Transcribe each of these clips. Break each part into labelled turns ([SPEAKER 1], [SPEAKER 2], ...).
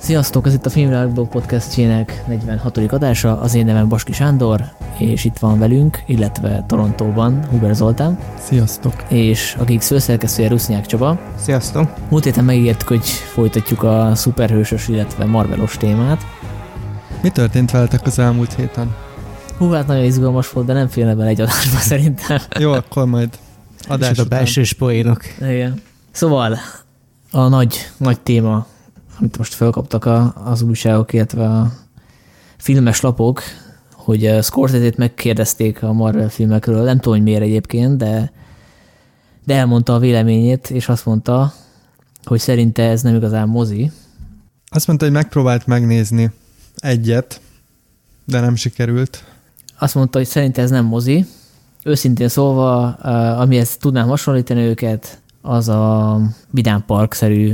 [SPEAKER 1] Sziasztok, ez itt a Filmvilágblog podcastjének 46. adása, az én nevem Baski Sándor, és itt van velünk, illetve Torontóban Huber Zoltán.
[SPEAKER 2] Sziasztok.
[SPEAKER 1] És a Geeks főszerkesztője Rusznyák Csaba.
[SPEAKER 3] Sziasztok.
[SPEAKER 1] Múlt héten megígértük, hogy folytatjuk a szuperhősös, illetve marvelos témát.
[SPEAKER 2] Mi történt veletek az elmúlt héten?
[SPEAKER 1] Hát nagyon izgalmas volt, de nem félne bele egy adásba szerintem.
[SPEAKER 2] Jó, akkor majd adás
[SPEAKER 3] után. A belsős poénok.
[SPEAKER 1] Igen. Szóval a nagy téma, amit most felkaptak az újságok, illetve a filmes lapok, hogy Scorsese-t megkérdezték a Marvel filmekről, nem tudom, hogy miért egyébként, de elmondta a véleményét, és azt mondta, hogy szerinte ez nem igazán mozi.
[SPEAKER 2] Azt mondta, hogy megpróbált megnézni egyet, de nem sikerült.
[SPEAKER 1] Azt mondta, hogy szerinte ez nem mozi. Őszintén szólva, amihez tudnám hasonlítani őket, az a Vidám Park-szerű,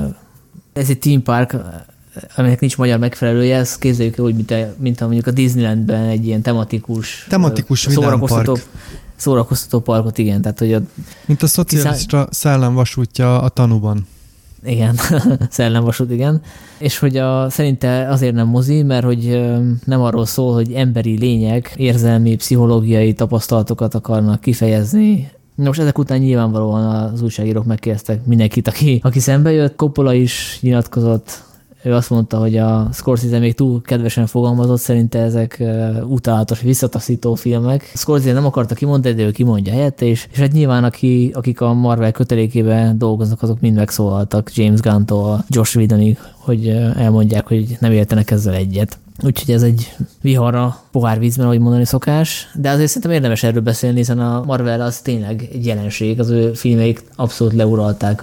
[SPEAKER 1] ez egy theme park, aminek nincs magyar megfelelője, ezt képzeljük úgy, mint mondjuk a Disneylandben egy ilyen tematikus
[SPEAKER 2] Vidám Park.
[SPEAKER 1] Szórakoztató parkot, igen. Tehát, hogy
[SPEAKER 2] mint a szocialista szellemvasútja a Tanuban.
[SPEAKER 1] Igen, szellemvasút, igen. És hogy szerinte azért nem mozi, mert hogy nem arról szól, hogy emberi lények érzelmi, pszichológiai tapasztalatokat akarnak kifejezni. Most ezek után nyilvánvalóan az újságírók megkérdeztek mindenkit, aki szembe jött. Coppola is nyilatkozott. Ő azt mondta, hogy a Scorsese még túl kedvesen fogalmazott, szerinte ezek utálatos, visszataszító filmek. Scorsese nem akarta kimondani, de ő kimondja helyette, és hát nyilván akik a Marvel kötelékében dolgoznak, azok mind megszólaltak James Gunn-tól Joss Whedonig, hogy elmondják, hogy nem értenek ezzel egyet. Úgyhogy ez egy vihar a pohárvízben, ahogy mondani szokás, de azért szerintem érdemes erről beszélni, hiszen a Marvel az tényleg egy jelenség, az ő filmeik abszolút leuralták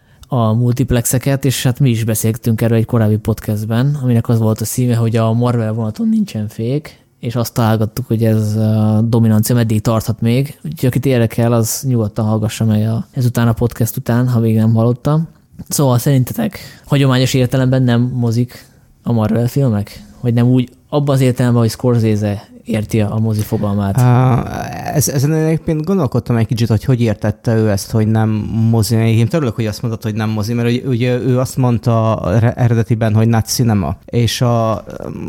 [SPEAKER 1] a multiplexeket, és hát mi is beszéltünk erről egy korábbi podcastben, aminek az volt a szíme, hogy a Marvel vonaton nincsen fék, és azt találgattuk, hogy ez a dominancia meddig tarthat még. Úgyhogy akit érdekel, az nyugodtan hallgassa meg ezután a podcast után, ha még nem hallottam. Szóval szerintetek hagyományos értelemben nem mozik a Marvel filmek? Vagy nem úgy, abban az értelemben, hogy Scorsese érti a mozi fogalmát?
[SPEAKER 3] Ezen egyébként gondolkodtam egy kicsit, hogy értette ő ezt, hogy nem mozi. Én örülök, hogy azt mondod, hogy nem mozi, mert ugye ő azt mondta eredetiben, hogy not cinema. És a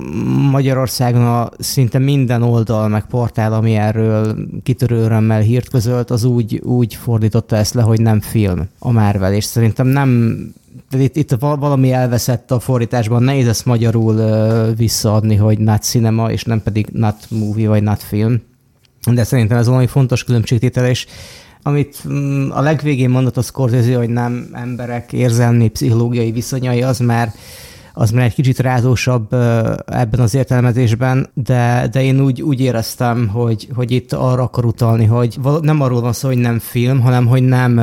[SPEAKER 3] Magyarországon szinte minden oldal, meg portál, ami erről kitörő örömmel hírt közölt, az úgy fordította ezt le, hogy nem film a Marvel. És szerintem nem... Itt valami elveszett a fordításban, nehéz ezt magyarul visszaadni, hogy not cinema, és nem pedig not movie, vagy not film. De szerintem ez valami fontos különbségtétel, és amit a legvégén mondott a Scorsese, hogy nem emberek érzelmi, pszichológiai viszonyai, az már egy kicsit rázósabb ebben az értelmezésben, de én úgy éreztem, hogy itt arra akar utalni, hogy nem arról van szó, hogy nem film, hanem hogy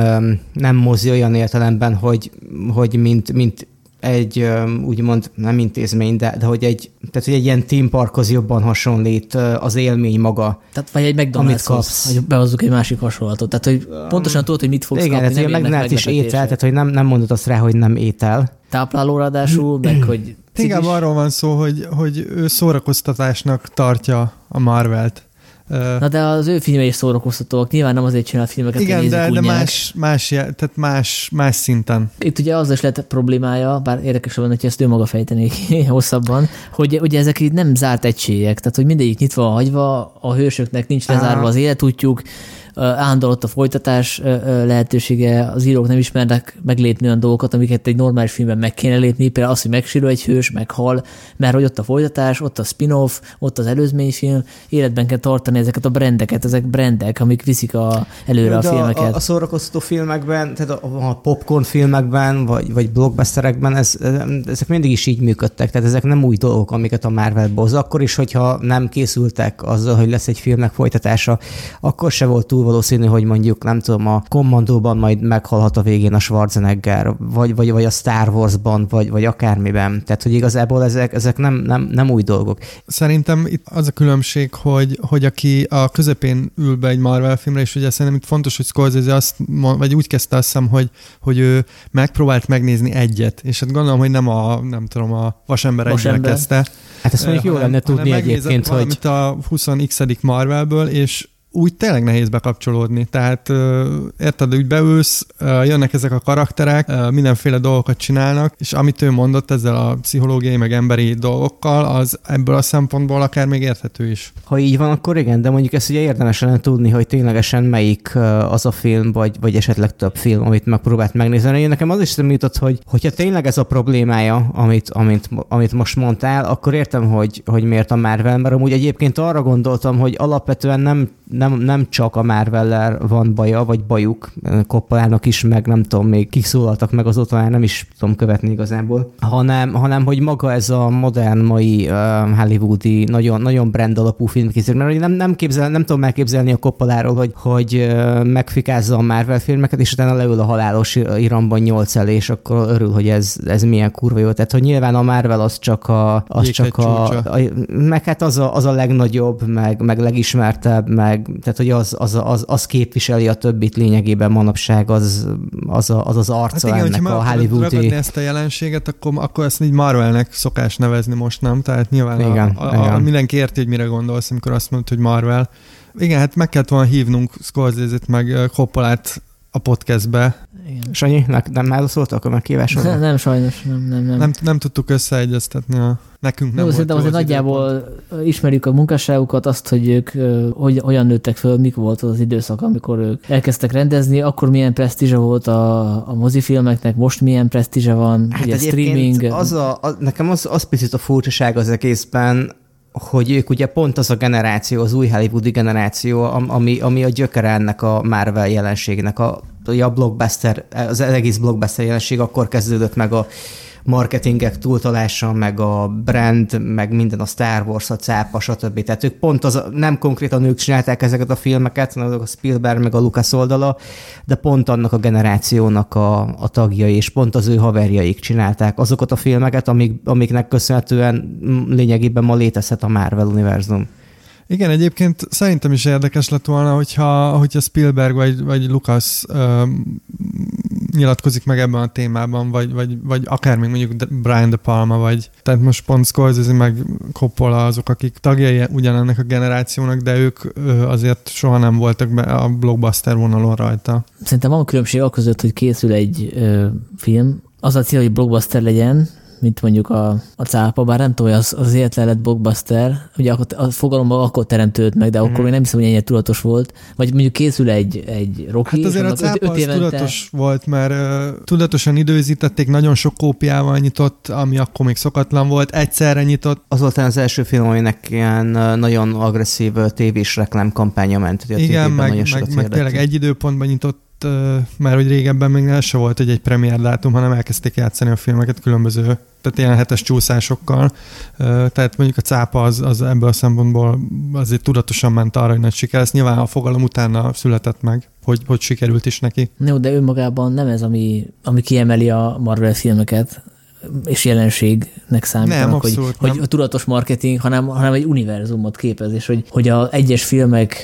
[SPEAKER 3] nem mozi olyan értelemben, hogy mint egy úgymond nem intézmény, de hogy egy ilyen theme parkhoz jobban hasonlít az élmény maga.
[SPEAKER 1] Tehát vagy egy McDonald's-hoz, hogy behozzuk egy másik hasonlatot. Tehát, hogy pontosan tudod, hogy mit fogsz kapni.
[SPEAKER 3] Igen, tehát a McDonald's is étel, tehát hogy nem mondod azt rá, hogy nem étel.
[SPEAKER 1] Tápláló ráadásul, meg hogy...
[SPEAKER 2] Inkább arról van szó, hogy ő szórakoztatásnak tartja a Marvelt.
[SPEAKER 1] Na de az ő filmei is szórakoztatóak, nyilván nem azért csinál filmeket,
[SPEAKER 2] igen,
[SPEAKER 1] hogy
[SPEAKER 2] de más szinten.
[SPEAKER 1] Itt ugye az is lett problémája, bár érdekes lenne, hogy ezt ő maga fejtenék hosszabban, hogy ugye ezek így nem zárt egységek, tehát hogy mindegyik nyitva van hagyva, a hősöknek nincs lezárva az életútjuk, állandó ott a folytatás lehetősége, az írók nem ismernek meglépni olyan dolgokat, amiket egy normális filmben meg kéne lépni, például az, hogy megsérül egy hős, meghal, mert hogy ott a folytatás, ott a spin-off, ott az előzményfilm, életben kell tartani ezeket a brandeket, ezek brandek, amik viszik előre a filmeket.
[SPEAKER 3] A szórakoztató filmekben, tehát a popcorn filmekben, vagy blockbusterekben ezek mindig is így működtek, tehát ezek nem új dolgok, amiket a Marvel hoz. Akkor is, hogyha nem készültek azzal, hogy lesz egy filmnek folytatása, akkor se volt túl valószínű, hogy mondjuk, nem tudom, a Commandóban majd meghalhat a végén a Schwarzenegger, vagy a Star Warsban, vagy akármiben. Tehát, hogy igazából ezek nem új dolgok.
[SPEAKER 2] Szerintem itt az a különbség, hogy aki a közepén ül be egy Marvel filmre, és ugye szerintem itt fontos, hogy Scorsese vagy úgy kezdte, azt hiszem, hogy ő megpróbált megnézni egyet, és hát gondolom, hogy nem a Vasember egyre kezdte.
[SPEAKER 3] Hát ezt mondjuk jó lenne tudni egyébként, hogy...
[SPEAKER 2] valamit a 20x. Marvelből, és úgy tényleg nehéz bekapcsolódni. Tehát érted, úgy beülsz, jönnek ezek a karakterek, mindenféle dolgokat csinálnak, és amit ő mondott ezzel a pszichológiai meg emberi dolgokkal, az ebből a szempontból akár még érthető is.
[SPEAKER 3] Ha így van, akkor igen, de mondjuk ezt ugye érdemes lenne tudni, hogy ténylegesen melyik az a film, vagy esetleg több film, amit megpróbált megnézni. Én nekem az is jutott, hogyha tényleg ez a problémája, amit most mondtál, akkor értem, hogy miért a Marvel, mert amúgy egyébként arra gondoltam, hogy alapvetően nem csak a Marvel-lel van baja, vagy bajuk, Koppolának is, meg nem tudom, még kik szólaltak meg azóta, nem is tudom követni igazából, hanem hogy maga ez a modern, mai hollywoodi, nagyon, nagyon brand alapú filmkészítő, mert nem tudom elképzelni a Koppoláról, hogy megfikázza a Marvel filmeket, és utána leül a halálos iramban 8 elé, és akkor örül, hogy ez milyen kurva jó. Tehát, hogy nyilván a Marvel az csak meg hát az a legnagyobb, meg legismertebb, tehát, hogy az képviseli a többit lényegében manapság, az arca
[SPEAKER 2] hát igen,
[SPEAKER 3] ennek a hollywoodi...
[SPEAKER 2] ragadni ezt a jelenséget, akkor ezt így Marvelnek szokás nevezni most, nem? Tehát nyilván
[SPEAKER 3] igen.
[SPEAKER 2] mindenki érti, hogy mire gondolsz, amikor azt mondod, hogy Marvel. Igen, hát meg kellett volna hívnunk Scorsese-t meg Coppolát a podcastbe.
[SPEAKER 3] Igen. Sanyi, nem válaszoltak a meghívásodra?
[SPEAKER 1] Nem, sajnos nem.
[SPEAKER 2] Nem tudtuk összeegyeztetni nekünk nem
[SPEAKER 1] volt jó. Azért nagyjából ismerjük a munkásságukat, azt, hogy ők hogyan nőttek föl, mik volt az időszak, amikor ők elkezdtek rendezni, akkor milyen presztízse volt a mozifilmeknek, most milyen presztízse van,
[SPEAKER 3] hát
[SPEAKER 1] ugye streaming.
[SPEAKER 3] Nekem az picit a furcsaság az egészben, hogy ők ugye pont az a generáció, az új hollywoodi generáció, ami a gyökere ennek a Marvel jelenségnek. A blockbuster, az egész blockbuster jelenség akkor kezdődött meg a marketingek túltolása, meg a brand, meg minden a Star Wars, a cápa, stb. Tehát ők pont nem konkrétan ők csinálták ezeket a filmeket, hanem a Spielberg, meg a Lucas oldala, de pont annak a generációnak a tagjai, és pont az ő haverjaik csinálták azokat a filmeket, amiknek köszönhetően lényegében ma létezhet a Marvel univerzum.
[SPEAKER 2] Igen, egyébként szerintem is érdekes lett volna, hogyha Spielberg vagy Lucas nyilatkozik meg ebben a témában, vagy akár még mondjuk Brian De Palma, tehát most pont Scorsese meg Coppola azok, akik tagjai ugyanennek a generációnak, de ők azért soha nem voltak be a blockbuster vonalon rajta.
[SPEAKER 1] Szerintem van különbség a között, hogy készül egy film, az a cél, hogy blockbuster legyen, mint mondjuk a cápa, bár nem tudom, hogy az életlen lett blockbuster, ugye a fogalomban akkor teremtődött meg, de akkor még nem hiszem, hogy ennyire tudatos volt. Vagy mondjuk készül egy Rocky.
[SPEAKER 2] Hát azért a cápa az tudatos volt, mert tudatosan időzítették, nagyon sok kópiával nyitott, ami akkor még szokatlan volt, egyszerre nyitott.
[SPEAKER 3] Az volt az első film, aminek ilyen nagyon agresszív tévés reklámkampánya ment.
[SPEAKER 2] Igen, meg tényleg egy időpontban nyitott, mert hogy régebben még ez se volt egy premier dátum, hanem elkezdték játszani a filmeket különböző, tehát ilyen hetes csúszásokkal. Tehát mondjuk a cápa az ebből a szempontból azért tudatosan ment arra, hogy nagy siker. Ez nyilván a fogalom utána született meg, hogy sikerült is neki.
[SPEAKER 1] Jó, de önmagában nem ez, ami kiemeli a Marvel filmeket, és jelenségnek számítanak, hogy a tudatos marketing, hanem egy univerzumot képez, és hogy a egyes filmek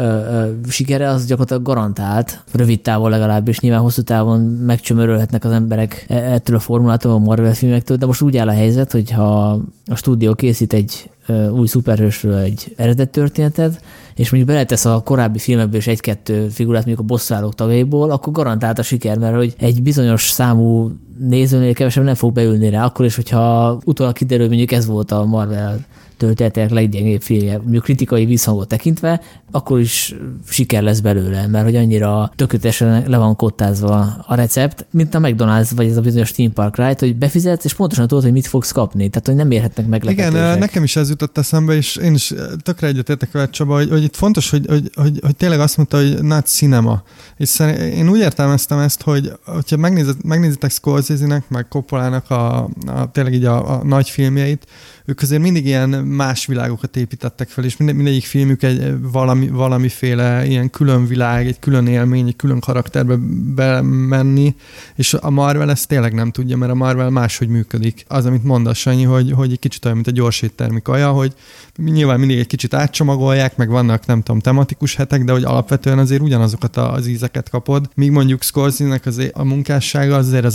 [SPEAKER 1] sikere az gyakorlatilag garantált, rövid távon legalábbis, nyilván hosszú távon megcsömörölhetnek az emberek ettől a formulától, a Marvel filmektől, de most úgy áll a helyzet, hogyha a stúdió készít egy új szuperhősről egy eredet történetet, és mondjuk beletesz a korábbi filmekből is egy-kettő figurát, mondjuk a bosszúállók tagjaiból, akkor garantált a siker, mert hogy egy bizonyos számú nézőnél kevesebb nem fog beülni rá, akkor is, hogyha utólag kiderül, mondjuk ez volt a Marvel történetek leggyengébb filmje, mondjuk kritikai visszhangot tekintve, akkor is siker lesz belőle, mert hogy annyira tökéletesen le van kottázva a recept, mint a McDonald's, vagy ez a bizonyos Theme Park Ride, hogy befizetsz, és pontosan tudod, hogy mit fogsz kapni, tehát hogy nem érhetnek meglepetések.
[SPEAKER 2] Igen, nekem is ez jutott eszembe, és én is tökre egyetértek veled, Csaba, hogy itt fontos, hogy tényleg azt mondta, hogy not cinema. És én úgy értelmeztem ezt, hogyha megnézitek Scorsese-nek, meg Coppolának tényleg így a nagy filmjeit, ők azért mindig ilyen más világokat építettek fel, és mindegyik filmük egy valamiféle ilyen külön világ, egy külön élmény, egy külön karakterbe bemenni, és a Marvel ezt tényleg nem tudja, mert a Marvel máshogy működik. Az, amit mondasz, Sanyi, hogy egy kicsit olyan, mint a gyors éttermi kaja, hogy nyilván mindig egy kicsit átcsomagolják, meg vannak, nem tudom, tematikus hetek, de hogy alapvetően azért ugyanazokat az ízeket kapod, míg mondjuk Scorsese-nek a munkássága azért az elég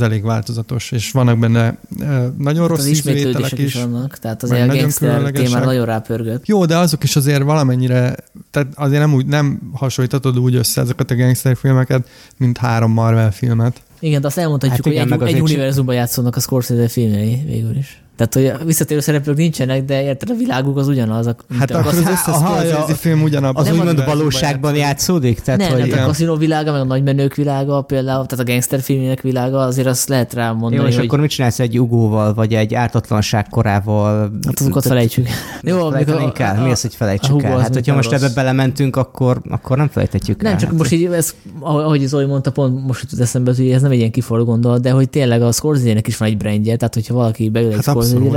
[SPEAKER 2] változatos, és vannak benne nagyon rossz ízű ételek is.
[SPEAKER 1] Vannak, tehát azért a gangster témára nagyon rápörgött.
[SPEAKER 2] Jó, de azok is azért valamennyire, tehát azért nem hasonlítatod úgy össze ezeket a gangster filmeket, mint 3 Marvel filmet.
[SPEAKER 1] Igen, de azt elmondhatjuk, hogy egy univerzumban játszódnak a Scorsese filmjei végül is. Tehát, hogy visszatérő szereplők nincsenek, de érted, a világuk az ugyanaz.
[SPEAKER 2] Hát akkor az összes Scorsese film ugyanabban.
[SPEAKER 3] Az úgymond valóságban játszódik? Tehát,
[SPEAKER 1] nem, a kaszinó világa, meg a nagymenők világa például, tehát a gangster filmjének világa, azért azt lehet rá mondani.
[SPEAKER 3] Jó, és akkor mit csinálsz egy ugóval, vagy egy ártatlanság korával?
[SPEAKER 1] Hát azokat felejtsük.
[SPEAKER 3] Jó, el. Mi az, hogy felejtsük el? Hát, hogyha most ebbe belementünk, akkor nem felejthetjük el.
[SPEAKER 1] Nem, csak most így, ahogy Zoli mondta, pont most jutott eszembe, hogy ez nem egy ilyen kiforró gondolat, de hogy tényleg a Scorsese-nek is van egy brandje, tehát hogyha valaki beül egy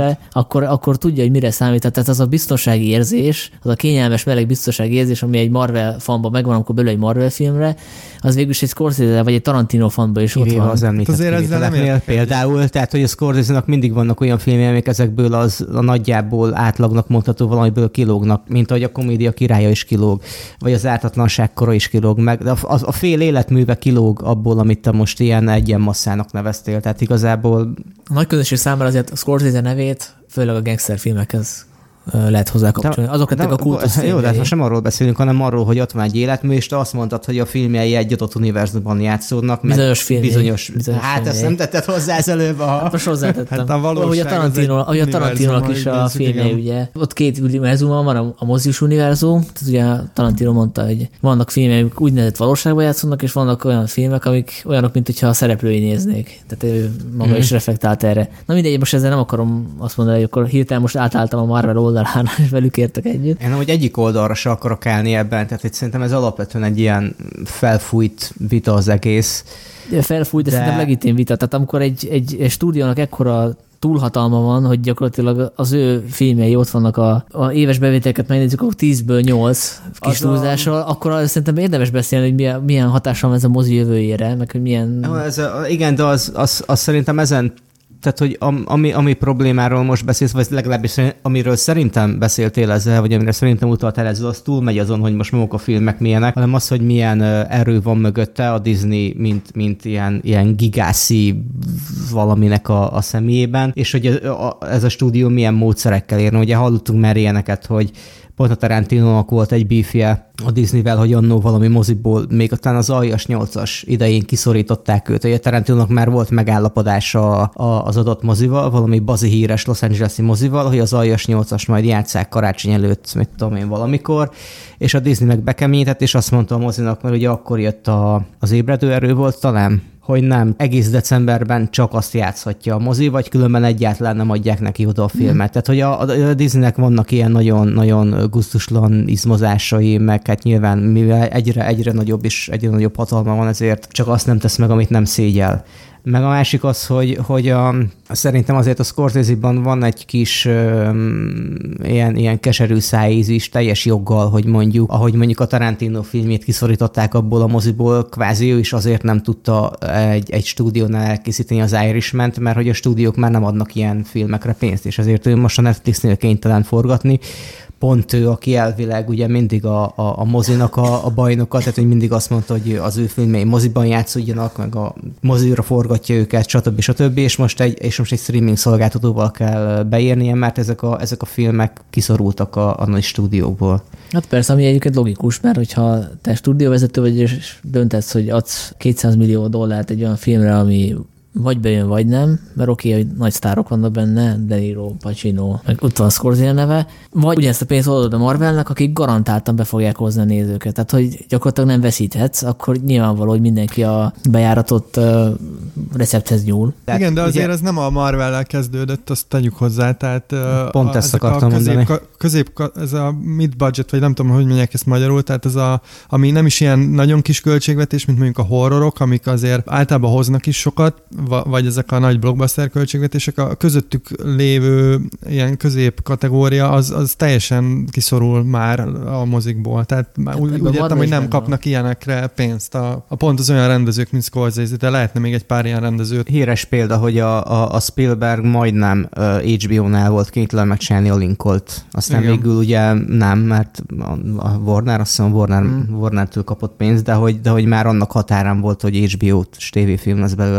[SPEAKER 1] akkor tudja, hogy mire számít. Tehát az a biztonsági érzés, az a kényelmes, meleg biztonsági érzés, ami egy Marvel fanban megvan, amikor belül egy Marvel filmre, az végül is egy Scorsese vagy egy Tarantino fanban is ott van.
[SPEAKER 3] Az említett például, tehát hogy a Scorsese-nak mindig vannak olyan filmjei, amik ezekből a nagyjából átlagnak mondható valamiből kilógnak, mint ahogy a Komédia királya is kilóg, vagy az Ártatlanság kora is kilóg meg. De a fél életműve kilóg abból, amit te most ilyen egyenmasszának neveztél. Tehát igazából
[SPEAKER 1] a nagy közösség számára azért a Scorsese nevét, főleg a gangster filmekhez lehet hozzá kapcsolni. Azok lettek a kultusz.
[SPEAKER 3] Jó, de hát most nem arról beszélünk, hanem arról, hogy ott van egy életmű, és te azt mondtad, hogy a filmjei egy adott univerzumban játszódnak.
[SPEAKER 1] Bizonyos filmjei.
[SPEAKER 3] Hát ezt nem tetted hozzá ez előbb.
[SPEAKER 1] Hát most hozzátettem.
[SPEAKER 2] Hát a valóság
[SPEAKER 1] ahogy a Tarantinónak is a filmjei, ugye. Ott 2 univerzum van a mozius univerzum, tehát ugye Tarantino mondta, hogy vannak filmek, amik úgynevezett valóságban játszanak, és vannak olyan filmek, amik olyanok, mint hogyha a szereplői néznék. Tehát ő maga is reflektált erre. Na mindegy, most ezzel nem akarom azt mondani, hogy akkor hirtelen most átálltam a Marvel oldalán, és velük értek együtt.
[SPEAKER 3] Én hogy egyik oldalra se akarok állni ebben, tehát hogy szerintem ez alapvetően egy ilyen felfújt vita az egész.
[SPEAKER 1] Felfújt, de szerintem legitim vita. Tehát amikor egy stúdiónak ekkora túlhatalma van, hogy gyakorlatilag az ő filmjei ott vannak a éves bevételeket megnézzük, akkor 10-ből 8 kis túlzással, akkor szerintem érdemes beszélni, hogy milyen hatással van ez a mozi jövőjére, meg hogy milyen...
[SPEAKER 3] Igen, de az szerintem ezen, tehát, hogy ami problémáról most beszélsz, vagy legalábbis amiről szerintem beszéltél ezzel, vagy amire szerintem utaltál ezzel, az túlmegy azon, hogy most maguk a filmek milyenek, hanem az, hogy milyen erő van mögötte a Disney, mint ilyen gigászi valaminek a személyében, és hogy ez a stúdió milyen módszerekkel érne. Ugye hallottunk már ilyeneket, hogy pont a Tarantinónak volt egy beefje a Disneyvel, hogy annó valami moziból, még talán az Aljas 8-as idején kiszorították őt. Ugye a Tarantinónak már volt megállapodása az adott mozival, valami bazi híres Los Angeles-i mozival, hogy az Aljas 8-as majd játsszák karácsony előtt, mit tudom én, valamikor, és a Disney meg bekeményített, és azt mondta a mozinak, mert ugye akkor jött az ébredő erő volt talán, hogy nem, egész decemberben csak azt játszhatja a mozi, vagy különben egyáltalán nem adják neki oda a filmet. Tehát, hogy a Disneynek vannak ilyen nagyon gusztuslan izmozásai, meg hát nyilván, mivel egyre nagyobb és egyre nagyobb hatalma van, ezért csak azt nem tesz meg, amit nem szégyel. Meg a másik az, hogy szerintem azért a Scorsese-ban van egy kis ilyen keserű szájíz is, teljes joggal, hogy ahogy mondjuk a Tarantino filmjét kiszorították abból a moziból, kvázi ő is azért nem tudta egy stúdiónál elkészíteni az Irishman-t, mert hogy a stúdiók már nem adnak ilyen filmekre pénzt, és ezért ő most a Netflixnél kénytelen forgatni. Pont ő, aki elvileg ugye mindig a mozinak a bajnoka, tehát hogy mindig azt mondta, hogy az ő filmjei moziban játszódjanak, meg a mozira forgatja őket, stb. És most egy streaming szolgáltatóval kell beírnia, mert ezek a filmek kiszorultak a nagy stúdióból.
[SPEAKER 1] Hát persze, ami egyébként logikus, mert hogyha te stúdióvezető vagy, és döntesz, hogy adsz $200 millió egy olyan filmre, ami vagy bejön, vagy nem, mert oké, hogy nagy sztárok vannak benne, De Niro, Pacino, meg ott van Scorsese neve, vagy ugyanezt a pénzt odaadod a Marvelnek, akik garantáltan be fogják hozni a nézőket. Tehát, hogy gyakorlatilag nem veszíthetsz, akkor nyilvánvaló, hogy mindenki a bejáratott recepthez nyúl.
[SPEAKER 2] Igen, de azért ez nem a Marvellel kezdődött, azt tegyük hozzá, tehát
[SPEAKER 3] pont ezt akartam mondani.
[SPEAKER 2] Ez a mid-budget, vagy nem tudom, hogy mondják ezt magyarul, tehát ez ami nem is ilyen nagyon kis költségvetés, mint mondjuk a horrorok, amik azért általában hoznak is sokat, vagy ezek a nagy blockbuster költségvetések, a közöttük lévő ilyen közép kategória, az teljesen kiszorul már a mozikból. Tehát úgy értem, hogy nem kapnak ilyenekre pénzt. Pont az olyan rendezők, mint Scorsese, de lehetne még egy pár ilyen rendezőt.
[SPEAKER 3] Híres példa, hogy a Spielberg majdnem HBO-nál volt kénytelen megcsinálni a Lincolt. Aztán végül ugye nem, mert a Warner, azt hiszem Warner-től kapott pénzt, de hogy már annak határán volt, hogy HBO-t és tévéfilm lesz belőle. És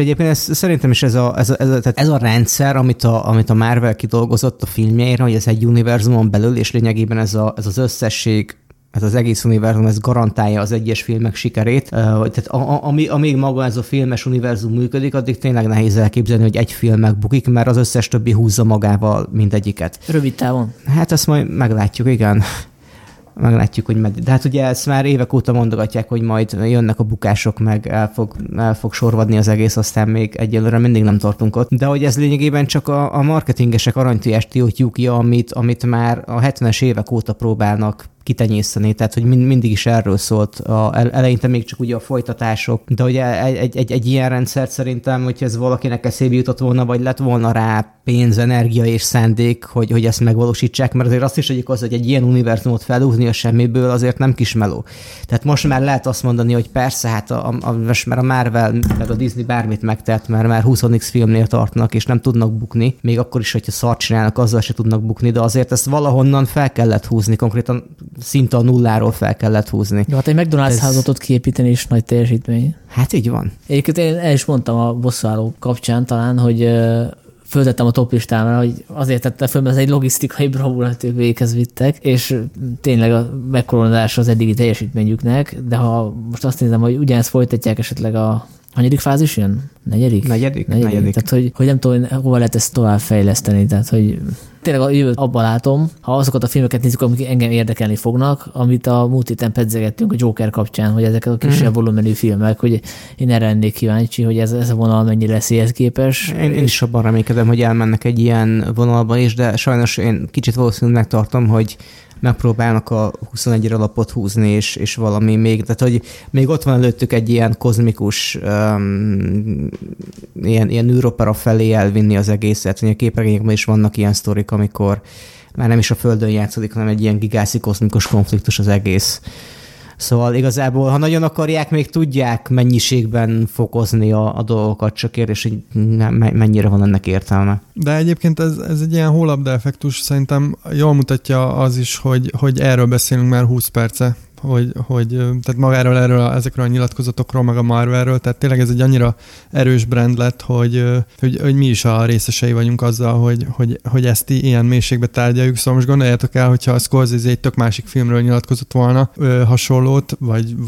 [SPEAKER 3] egyébként szerintem is ez a rendszer, amit a Marvel kidolgozott a filmjeire, hogy ez egy univerzumon belül, és lényegében ez az összesség, ez az egész univerzum, ez garantálja az egyes filmek sikerét. Tehát amíg maga ez a filmes univerzum működik, addig tényleg nehéz elképzelni, hogy egy film megbukik, mert az összes többi húzza magával mindegyiket.
[SPEAKER 1] Rövid távon.
[SPEAKER 3] Hát ezt majd meglátjuk, igen. Meglátjuk, hogy meddig. De hát ugye ezt már évek óta mondogatják, hogy majd jönnek a bukások, meg el fog sorvadni az egész, aztán még egyelőre mindig nem tartunk ott. De hogy ez lényegében csak a marketingesek aranytojásdiótjúkja, amit már a 70-es évek óta próbálnak kitenyészteni, tehát hogy mindig is erről szólt. Eleinte még csak ugye a folytatások, de ugye egy ilyen rendszert szerintem, hogyha ez valakinek eszébe jutott volna, vagy lett volna rá pénz, energia és szándék, hogy ezt megvalósítsák, mert azért azt is egyik az, hogy egy ilyen univerzumot felhúzni a semmiből azért nem kis meló. Tehát most már lehet azt mondani, hogy persze, hát most már a Marvel meg a Disney bármit megtett, mert már 20x filmnél tartnak, és nem tudnak bukni, még akkor is, hogyha szart csinálnak, azzal se tudnak bukni, de azért ezt valahonnan fel kellett húzni, konkrétan szinte a nulláról fel kellett húzni.
[SPEAKER 1] Jó, hát egy McDonald's házatot kiépíteni is nagy teljesítmény.
[SPEAKER 3] Hát így van.
[SPEAKER 1] Egyébként én el is mondtam a bosszúálló kapcsán talán, hogy föltettem a top listámra, hogy azért tette föl, mert ez egy logisztikai bravúrát ők véghez vittek, és tényleg a megkoronázás az eddigi teljesítményüknek, de ha most azt nézem, hogy ugyanezt folytatják esetleg a hanyadik fázis jön? Negyedik. Tehát, hogy nem tudom, hova lehet ezt tovább fejleszteni, tehát, hogy tényleg a jövőt abban látom, ha azokat a filmeket nézzük, amik engem érdekelni fognak, amit a múlt héten pedzegettünk a Joker kapcsán, hogy ezek a kisebb volumenű filmek, hogy én erre lennék kíváncsi, hogy ez a vonal mennyire lesz képes.
[SPEAKER 3] Én is abban reménykedem, hogy elmennek egy ilyen vonalba is, de sajnos én kicsit valószínűleg tartom, hogy megpróbálnak a 21-re alapot húzni, és valami még, tehát hogy még ott van előttük egy ilyen kozmikus ilyen űropera felé elvinni az egészet, hogy a képregényekben is vannak ilyen sztorik, amikor már nem is a Földön játszódik, hanem egy ilyen gigászi kozmikus konfliktus az egész. Szóval igazából, ha nagyon akarják, még tudják mennyiségben fokozni a dolgokat, csak kérdés, hogy mennyire van ennek értelme.
[SPEAKER 2] De egyébként ez egy ilyen hólabda effektus, szerintem jól mutatja az is, hogy erről beszélünk már 20 perce, hogy tehát magáról ezekről a nyilatkozatokról, meg a Marvelről, tehát tényleg ez egy annyira erős brand lett, hogy mi is a részesei vagyunk azzal, hogy ezt ilyen mélységbe tárgyaljuk. Szóval most gondoljátok el, hogyha a Scorsese egy tök másik filmről nyilatkozott volna hasonlót,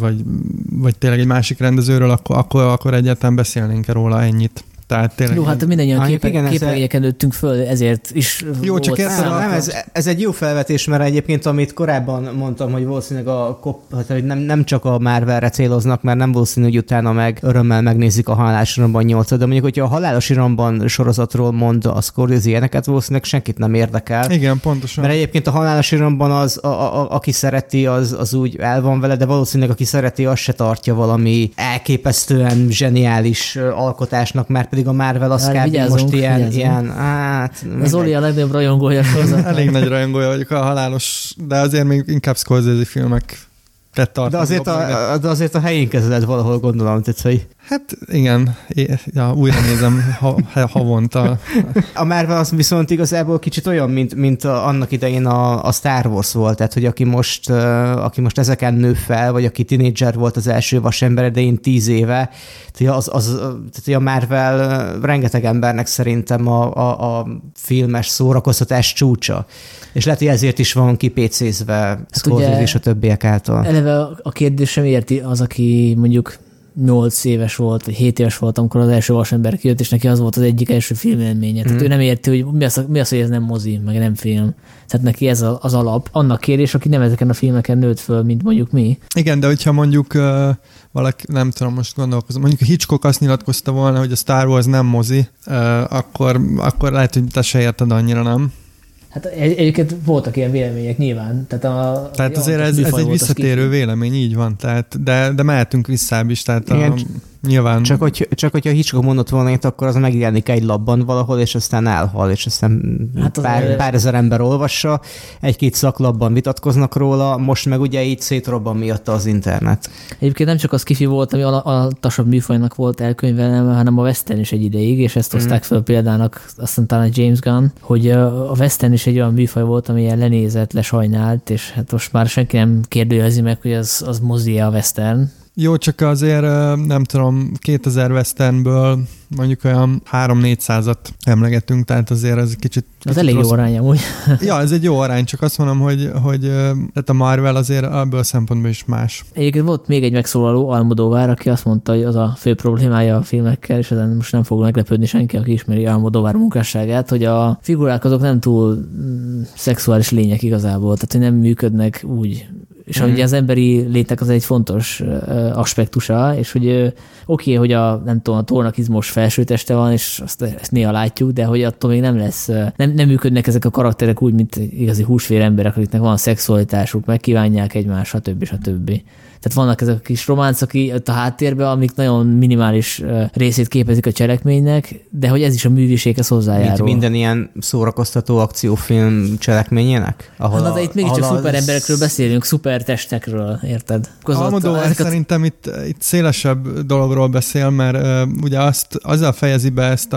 [SPEAKER 2] vagy tényleg egy másik rendezőről, akkor egyáltalán beszélnénk róla ennyit. Tehát tényleg...
[SPEAKER 1] Jó, hát mindannyian képregényeken nőttünk föl, ezért is
[SPEAKER 2] jó, csak
[SPEAKER 3] ez egy jó felvetés, mert egyébként, amit korábban mondtam, hogy valószínűleg hogy nem csak a Marvelre céloznak, mert nem valószínű, hogy utána meg örömmel megnézik a Halálos Iramban 8-at, de mondjuk, hogyha a Halálos Iramban sorozatról mond a Scorsese ilyeneket, valószínűleg senkit nem érdekel.
[SPEAKER 2] Igen, pontosan.
[SPEAKER 3] Mert egyébként a Halálos Iramban aki szereti, az úgy el van vele, de valószínűleg aki szereti, az se tartja valami elképesztően zseniális alkotásnak, mert pedig a Marvel az kb. Most ilyen hát...
[SPEAKER 1] Az Oli a legnagyobb rajongója.
[SPEAKER 2] Elég nagy rajongója vagyok a Halálos, de azért még inkább Scorsese filmek tartom.
[SPEAKER 3] De azért a helyén kezeled valahol, gondolom, tehát, hogy...
[SPEAKER 2] Hát igen, újra nézem havonta.
[SPEAKER 3] A Marvel az viszont igazából kicsit olyan, mint annak idején a Star Wars volt, tehát hogy aki most ezeken nő fel, vagy aki tinédzser volt az első Vasember idején 10 éve, tehát a Marvel rengeteg embernek szerintem a filmes szórakoztatás csúcsa. És lehet, hogy ezért is van kipécézve Scorsese és a többiek által. Eleve
[SPEAKER 1] a kérdésem érti az, aki mondjuk 8 éves volt, vagy 7 éves volt, amikor az első Vasember kijött, és neki az volt az egyik első filmélménye. Tehát ő nem érti, hogy mi az, hogy ez nem mozi, meg nem film. Tehát neki ez az alap. Annak kérdés, aki nem ezeken a filmeken nőtt föl, mint mondjuk mi.
[SPEAKER 2] Igen, de hogyha mondjuk valaki, nem tudom, most gondolkozom, mondjuk a Hitchcock azt nyilatkozta volna, hogy a Star Wars nem mozi, akkor lehet, hogy te se érted annyira, nem?
[SPEAKER 1] Hát egyébként voltak ilyen vélemények nyilván.
[SPEAKER 2] Tehát azért ez egy visszatérő vélemény, így van. Tehát, de mehetünk visszább is, tehát nyilván...
[SPEAKER 3] Csak hogyha Hitchcock mondott volna, akkor az megjelenik egy labban valahol, és aztán elhal, és aztán pár ezer ember olvassa, egy-két szaklapban vitatkoznak róla, most meg ugye így szétrobban miatta az internet.
[SPEAKER 1] Egyébként nem csak az sci-fi volt, ami alatasabb műfajnak volt elkönyvelve, hanem a western is egy ideig, és ezt hozták fel példának aztán talán James Gunn, hogy a western is egy olyan műfaj volt, ami ilyen lenézett, lesajnált, és hát most már senki nem kérdőjezi meg, hogy az mozi a western.
[SPEAKER 2] Jó, csak azért nem tudom, 2000 westernből mondjuk olyan 3-400-at emlegetünk, tehát azért ez kicsit
[SPEAKER 1] az elég jó arány amúgy.
[SPEAKER 2] Ja, ez egy jó arány, csak azt mondom, hogy tehát a Marvel azért ebből a szempontból is más.
[SPEAKER 1] Egyébként volt még egy megszólaló, Almodóvár, aki azt mondta, hogy az a fő problémája a filmekkel, és ezen most nem fog meglepődni senki, aki ismeri Almodóvár munkásságát, hogy a figurák azok nem túl szexuális lények igazából, tehát hogy nem működnek úgy. És ugye az emberi létnek az egy fontos aspektusa, és hogy oké, hogy nem tudom, a Thornak izmos felsőteste van, és ezt néha látjuk, de hogy attól még nem lesz, nem működnek ezek a karakterek úgy, mint igazi húsvér emberek, akiknek van szexualitásuk, megkívánják egymást, stb. Tehát vannak ezek a kis románcok a háttérben, amik nagyon minimális részét képezik a cselekménynek, de hogy ez is a művészséghez hozzájárul.
[SPEAKER 3] Minden ilyen szórakoztató akciófilm cselekményének?
[SPEAKER 1] Hát de itt mégiscsak szuper emberekről beszélünk, szuper testekről, érted?
[SPEAKER 2] Almodóvár szerintem itt szélesebb dologról beszél, mert ugye azzal fejezi be ezt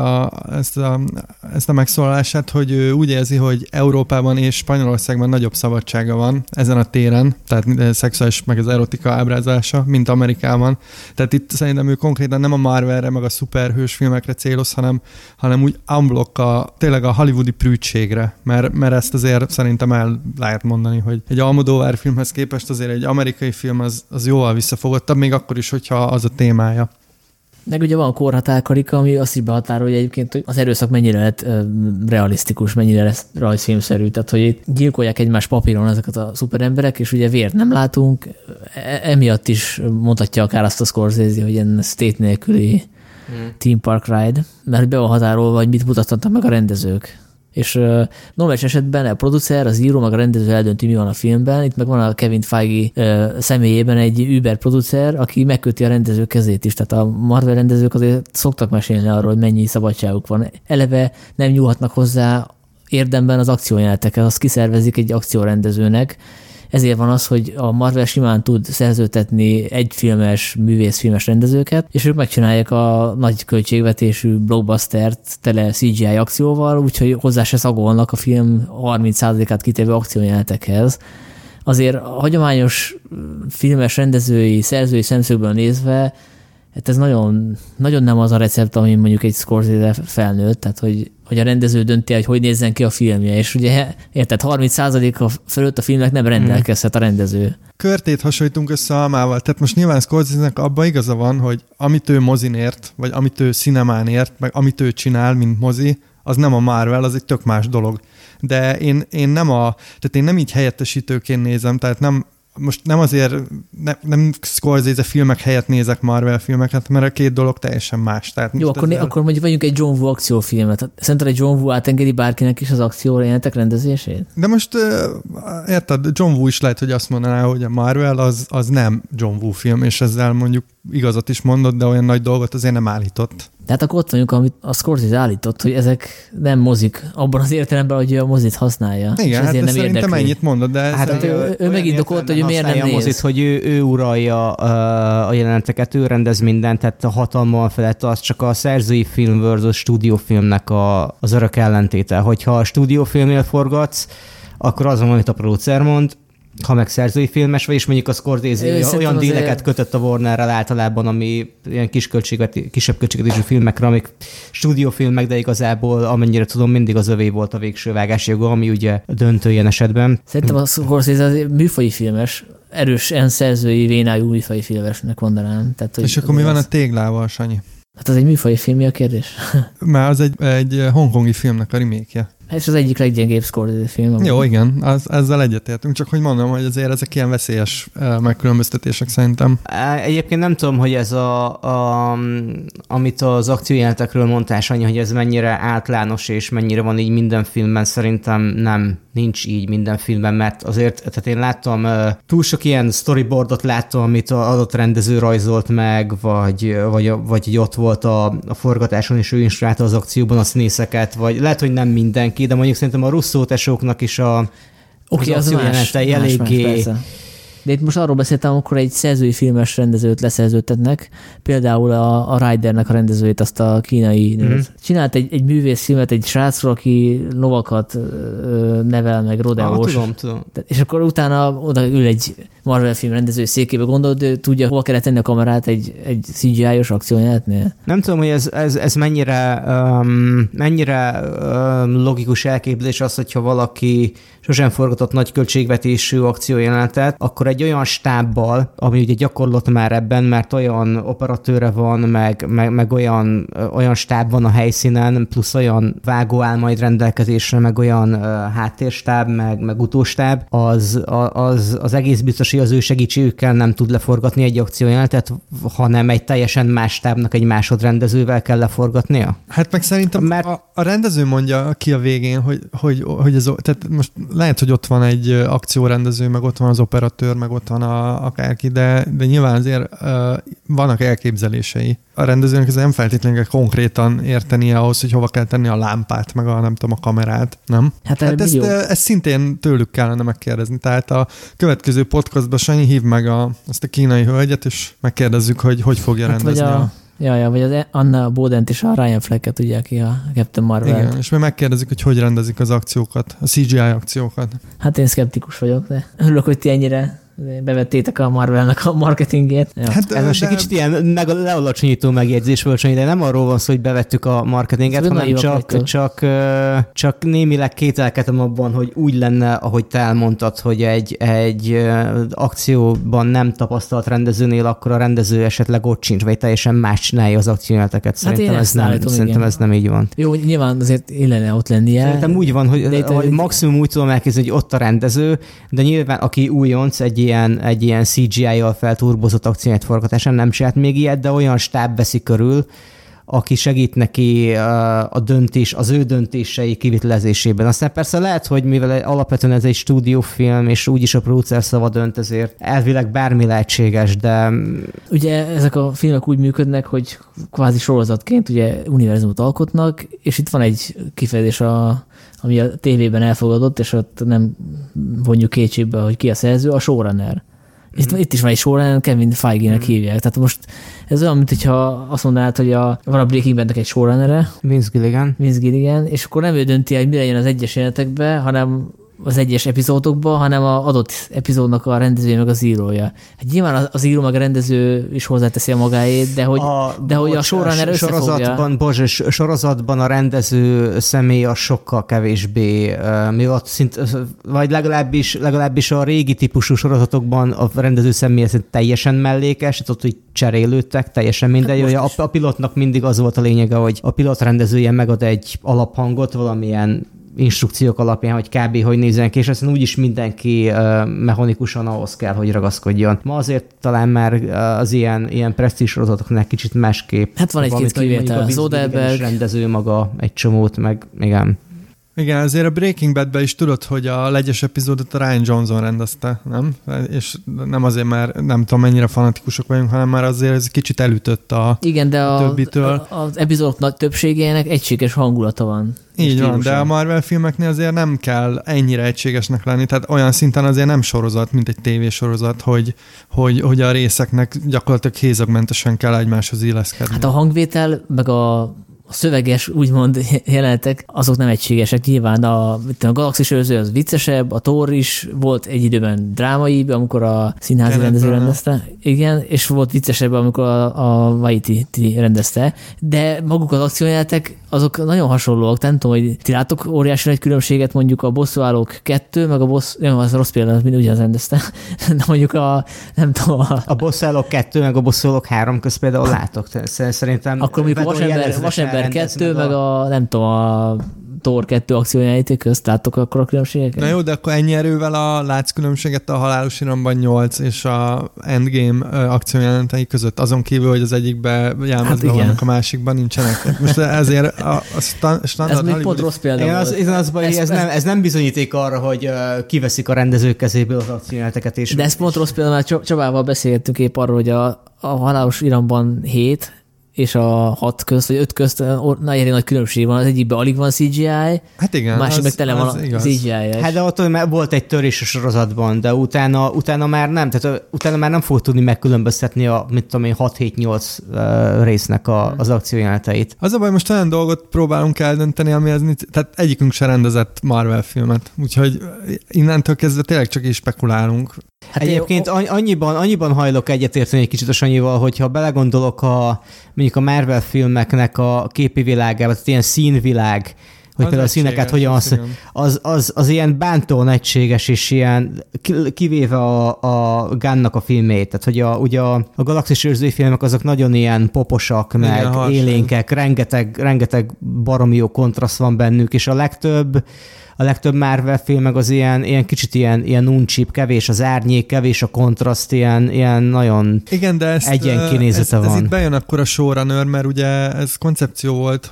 [SPEAKER 2] a megszólalását, hogy ő úgy érzi, hogy Európában és Spanyolországban nagyobb szabadsága van ezen a téren, tehát szexuális meg az erotika ábrázolása, mint Amerikában. Tehát itt szerintem ő konkrétan nem a Marvelre, meg a szuperhős filmekre céloz, hanem úgy unblock tényleg a hollywoodi prűdségre, mert ezt azért szerintem el lehet mondani, hogy egy Almodóvár filmhez képest azért egy amerikai film az jóval visszafogottabb, még akkor is, hogyha az a témája.
[SPEAKER 1] Meg ugye van korhatárkarika, ami azt is behatárolja egyébként, hogy az erőszak mennyire lett realisztikus, mennyire lesz rajzfilmszerű, tehát hogy itt gyilkolják egymás papíron ezeket a szuperemberek, és ugye vért nem látunk, emiatt is mondhatja akár azt a Scorsese, hogy ilyen state nélküli Theme Park Ride, mert be van határolva, hogy mit mutattak meg a rendezők. És normális esetben a producer, az író, meg a rendező eldönti, mi van a filmben. Itt meg van a Kevin Feige személyében egy Uber producer, aki megköti a rendező kezét is. Tehát a Marvel rendezők azért szoktak mesélni arról, hogy mennyi szabadságuk van. Eleve nem nyúlhatnak hozzá érdemben az akciójelenetekhez, azt kiszervezik egy akciórendezőnek. Ezért van az, hogy a Marvel simán tud szerződtetni egyfilmes, művészfilmes rendezőket, és ők megcsinálják a nagy költségvetésű blockbustert tele CGI akcióval, úgyhogy hozzá se szagolnak a film 30%-át kitevő akciójelenetekhez. Azért a hagyományos filmes rendezői, szerzői szemszögből nézve, hát ez nagyon, nagyon nem az a recept, ami mondjuk egy Scorsese felnőtt, tehát hogy a rendező dönti, hogy nézzen ki a filmje, és ugye érted, 30%-a fölött a filmnek nem rendelkezhet a rendező.
[SPEAKER 2] Körtét hasonlítunk össze Almával, tehát most nyilván Scorsese-nek abban igaza van, hogy amit ő mozin ért, vagy amit ő cinemán ért, meg amit ő csinál, mint mozi, az nem a Marvel, az egy tök más dolog. De én nem így helyettesítőként nézem, tehát most nem azért, nem Scorsese filmek helyett nézek Marvel filmeket, mert a két dolog teljesen más. Tehát
[SPEAKER 1] jó, akkor mondjuk vegyünk egy John Woo akciófilmet. Szerinted egy John Woo átengedi bárkinek is az akciójelenetek rendezését?
[SPEAKER 2] De most érted, John Woo is lehet, hogy azt mondaná, hogy a Marvel az nem John Woo film, és ezzel mondjuk igazat is mondott, de olyan nagy dolgot azért nem állított.
[SPEAKER 1] Tehát akkor ott mondjuk, amit a Scorsese állított, hogy ezek nem mozik, abban az értelemben, hogy ő a mozit használja.
[SPEAKER 2] Igen, hát nem szerintem ennyit mondott, de...
[SPEAKER 3] Hát
[SPEAKER 1] ő megindokolt, hogy miért nem néz.
[SPEAKER 3] Mozit, hogy ő uralja a jeleneteket, ő rendez mindent, tehát a hatalma felett az csak a szerzői film versus stúdiófilmnek az örök ellentéte. Hogyha a stúdiófilmnél forgatsz, akkor az van, amit a producer mond, ha meg szerzői filmes vagy, és mondjuk a Scorsese olyan díleket kötött a Warnerrel általában, ami ilyen kisebb költségvetésű filmekre, amik stúdiófilmek, de igazából amennyire tudom, mindig az övé volt a végső vágásjoga, ami ugye döntő ilyen esetben.
[SPEAKER 1] Szerintem a Scorsese az műfaji filmes, erősen szerzői, vénájú műfaji filmesnek mondanám. Tehát,
[SPEAKER 2] és akkor mi van a Téglával, Sanyi?
[SPEAKER 1] Hát az egy műfaji film, mi a kérdés?
[SPEAKER 2] Már az egy hongkongi filmnek a remake-je.
[SPEAKER 1] Ez az egyik leggyengébb Scorsese film.
[SPEAKER 2] Jó, igen, ezzel egyetértünk, csak hogy mondom, hogy azért ezek ilyen veszélyes megkülönböztetések szerintem.
[SPEAKER 3] Egyébként nem tudom, hogy ez amit az akciójelenetekről mondtál, Sanyi, hogy ez mennyire általános és mennyire van így minden filmben, szerintem nincs így minden filmben, mert azért, tehát én láttam, túl sok ilyen storyboardot láttam, amit az adott rendező rajzolt meg, vagy ott volt a forgatáson, és ő instruálta az akcióban a színészeket, vagy lehet, hogy nem mindenki, de mondjuk szerintem a Russo tesóknak is az akciójelenetei eléggé...
[SPEAKER 1] De itt most arról beszéltem, amikor egy szerzői filmes rendezőt leszerződtetnek, például a Ridernek a rendezőjét, azt a kínai csinált egy művészfilmet, egy srácról, aki lovakat nevel, meg rodeós.
[SPEAKER 3] Tudom.
[SPEAKER 1] És akkor utána oda ül egy Marvel film rendező székébe gondol, de tudja, hova kellett tenni a kamerát egy CGI-os akciójelenetnél?
[SPEAKER 3] Nem tudom, hogy ez mennyire logikus elképzelés az, hogyha valaki sosem forgatott nagy költségvetésű akciójelenetet, akkor egy olyan stábbal, ami ugye gyakorlott már ebben, mert olyan operatőre van, meg olyan stáb van a helyszínen, plusz olyan vágó áll majd rendelkezésre, meg olyan háttérstáb, meg utóstáb, az egész biztos, hogy az ő segítségükkel nem tud leforgatni egy akciójelenetet, hanem egy teljesen más stábnak egy másodrendezővel kell leforgatnia?
[SPEAKER 2] Hát meg szerintem a rendező mondja ki a végén, hogy ez, tehát most lehet, hogy ott van egy akciórendező, meg ott van az operatőr, meg ott van akárki, de nyilván azért vannak elképzelései. A rendezőnek ez nem feltétlenül konkrétan értenie ahhoz, hogy hova kell tenni a lámpát, meg a kamerát, nem? Hát ezt szintén tőlük kellene megkérdezni. Tehát a következő podcastban Sanyi hív meg azt a kínai hölgyet, és megkérdezzük, hogy fogja rendezni
[SPEAKER 1] vagy az Anna Bodent és a Ryan Flecket, ugye, aki a Captain Marvel.
[SPEAKER 2] Igen, és mi megkérdezzük, hogy rendezik az akciókat, a CGI akciókat.
[SPEAKER 1] Hát én szkeptikus vagyok, de örülök, hogy ti ennyire bevettétek a Marvelnek a marketingét. Ja.
[SPEAKER 3] Hát, ez most egy kicsit ilyen lealacsonyító megjegyzés volt, de nem arról van szó, hogy bevettük a marketinget, hanem csak némileg kételkedem abban, hogy úgy lenne, ahogy te elmondtad, hogy egy akcióban nem tapasztalt rendezőnél, akkor a rendező esetleg ott sincs, vagy teljesen más csinálja az akciójáteket. Szerintem ez nem így van.
[SPEAKER 1] Jó, nyilván azért illene ott lennie.
[SPEAKER 3] Szerintem úgy van, hogy maximum úgy tudom elképzelni, hogy ott a rendező, de nyilván aki újonc egy ilyen CGI-jal felturbozott akcióját forgatásán nem csinált még ilyet, de olyan stáb veszi körül, aki segít neki az ő döntései kivitelezésében. Aztán persze lehet, hogy mivel alapvetően ez egy stúdiófilm, és úgyis a producer szava dönt, ezért elvileg bármi lehetséges, de...
[SPEAKER 1] Ugye ezek a filmek úgy működnek, hogy kvázi sorozatként ugye univerzumot alkotnak, és itt van egy kifejezés, ami a tévében elfogadott, és ott nem vonjuk kétségbe, hogy ki a szerző, a showrunner. Itt is van egy showrunner, Kevin Feige-nek hívják. Tehát most ez olyan, mint hogyha azt mondanád, hogy van a Breaking Badnek egy showrunnere.
[SPEAKER 3] Vince
[SPEAKER 1] Gilligan, és akkor nem ő dönti el, hogy mi legyen az egyes jelenetekben, hanem az egyes epizódokban, hanem az adott epizódnak a rendezője meg az írója. Hát nyilván az író meg a rendező is hozzáteszi a magáét, de hogy a showrunner összefogja.
[SPEAKER 3] Sorozatban a rendező személy az sokkal kevésbé, vagy legalábbis a régi típusú sorozatokban a rendező személy teljesen mellékes, ott, hogy cserélődtek, teljesen mindegy. Hát a pilotnak mindig az volt a lényege, hogy a pilot rendezője megad egy alaphangot valamilyen instrukciók alapján, hogy kb. Hogy nézzenek, és aztán úgyis mindenki mechanikusan ahhoz kell, hogy ragaszkodjon. Ma azért talán már az ilyen presztízs sorozatoknál kicsit másképp.
[SPEAKER 1] Hát van egy-két kivétel.
[SPEAKER 3] Soderbergh rendező maga egy csomót, meg igen.
[SPEAKER 2] Igen, azért a Breaking Badben is tudod, hogy a legyes epizódot a Ryan Johnson rendezte, nem? És nem azért, mert nem tudom, mennyire fanatikusok vagyunk, hanem már azért ez kicsit elütött a többitől.
[SPEAKER 1] Az epizódok nagy többségének egységes hangulata van.
[SPEAKER 2] Így van, de a Marvel filmeknél azért nem kell ennyire egységesnek lenni, tehát olyan szinten azért nem sorozat, mint egy tévésorozat, hogy a részeknek gyakorlatilag hézagmentesen kell egymáshoz illeszkedni.
[SPEAKER 1] Hát a hangvétel, meg a szöveges, úgymond jelenetek, azok nem egységesek. Nyilván a Galaxis őrző az viccesebb, a Thor is volt egy időben drámai, amikor a színházi rendező rendezte. Igen, és volt viccesebb, amikor a Waititi rendezte. De maguk az akciójelenetek, azok nagyon hasonlóak. Nem tudom, hogy ti látok óriási nagy különbséget, mondjuk a Bosszúállók 2, meg az rossz például, mind ugyanaz rendezte. De mondjuk nem tudom.
[SPEAKER 3] A Bosszúállók 2, meg a Bosszúállók 3 közt például látok. Szerintem...
[SPEAKER 1] Akkor mondjuk a Vasember 2, meg a Thor 2 akciójelenetek közt láttok akkor a különbségeket?
[SPEAKER 2] Na jó, de akkor ennyi erővel látsz különbséget a Halálos Iramban 8 és a Endgame akciójelenetei között, azon kívül, hogy az egyikben jelmezben vannak, a másikban nincsenek. Most ezért a standard
[SPEAKER 1] ez még pont rossz példa volt.
[SPEAKER 3] Ez nem bizonyíték arra, hogy kiveszik a rendezők kezéből az akciójeleneteket.
[SPEAKER 1] De ez pont rossz példa, mert Csabával beszélgettünk épp arról, hogy a Halálos Iramban 7 és a 6 közt, vagy 5 közt nagy különbség van. Az egyikben alig van CGI,
[SPEAKER 2] hát igen,
[SPEAKER 1] másik meg tele van CGI-es.
[SPEAKER 3] Hát de ott volt egy törés a sorozatban, de utána már nem, tehát utána már nem fog tudni megkülönböztetni a, mit tudom én, 6-7-8 résznek az akciójeleneteit.
[SPEAKER 2] Az a baj, most olyan dolgot próbálunk eldönteni, ami tehát egyikünk se rendezett Marvel filmet, úgyhogy innentől kezdve tényleg csak is spekulálunk.
[SPEAKER 3] Hát egyébként annyiban hajlok egyetérteni egy kicsit a Sanyival, hogyha belegondolok mondjuk a Marvel filmeknek a képi világába, tehát ilyen színvilág, hogy például a színeket hogyan az ilyen bántóan egységes, és ilyen kivéve a Gunnnak a filmét, tehát hogy ugye a Galaxis őrzői filmek azok nagyon ilyen poposak, meg igen, élénkek, rengeteg baromi jó kontraszt van bennük, és a legtöbb Marvel film meg az ilyen kicsit ilyen uncsip, kevés az árnyék, kevés a kontraszt, ilyen nagyon
[SPEAKER 2] igen, de
[SPEAKER 3] egyen kinézete van.
[SPEAKER 2] Ez itt bejön akkor a showrunner, mert ugye ez koncepció volt,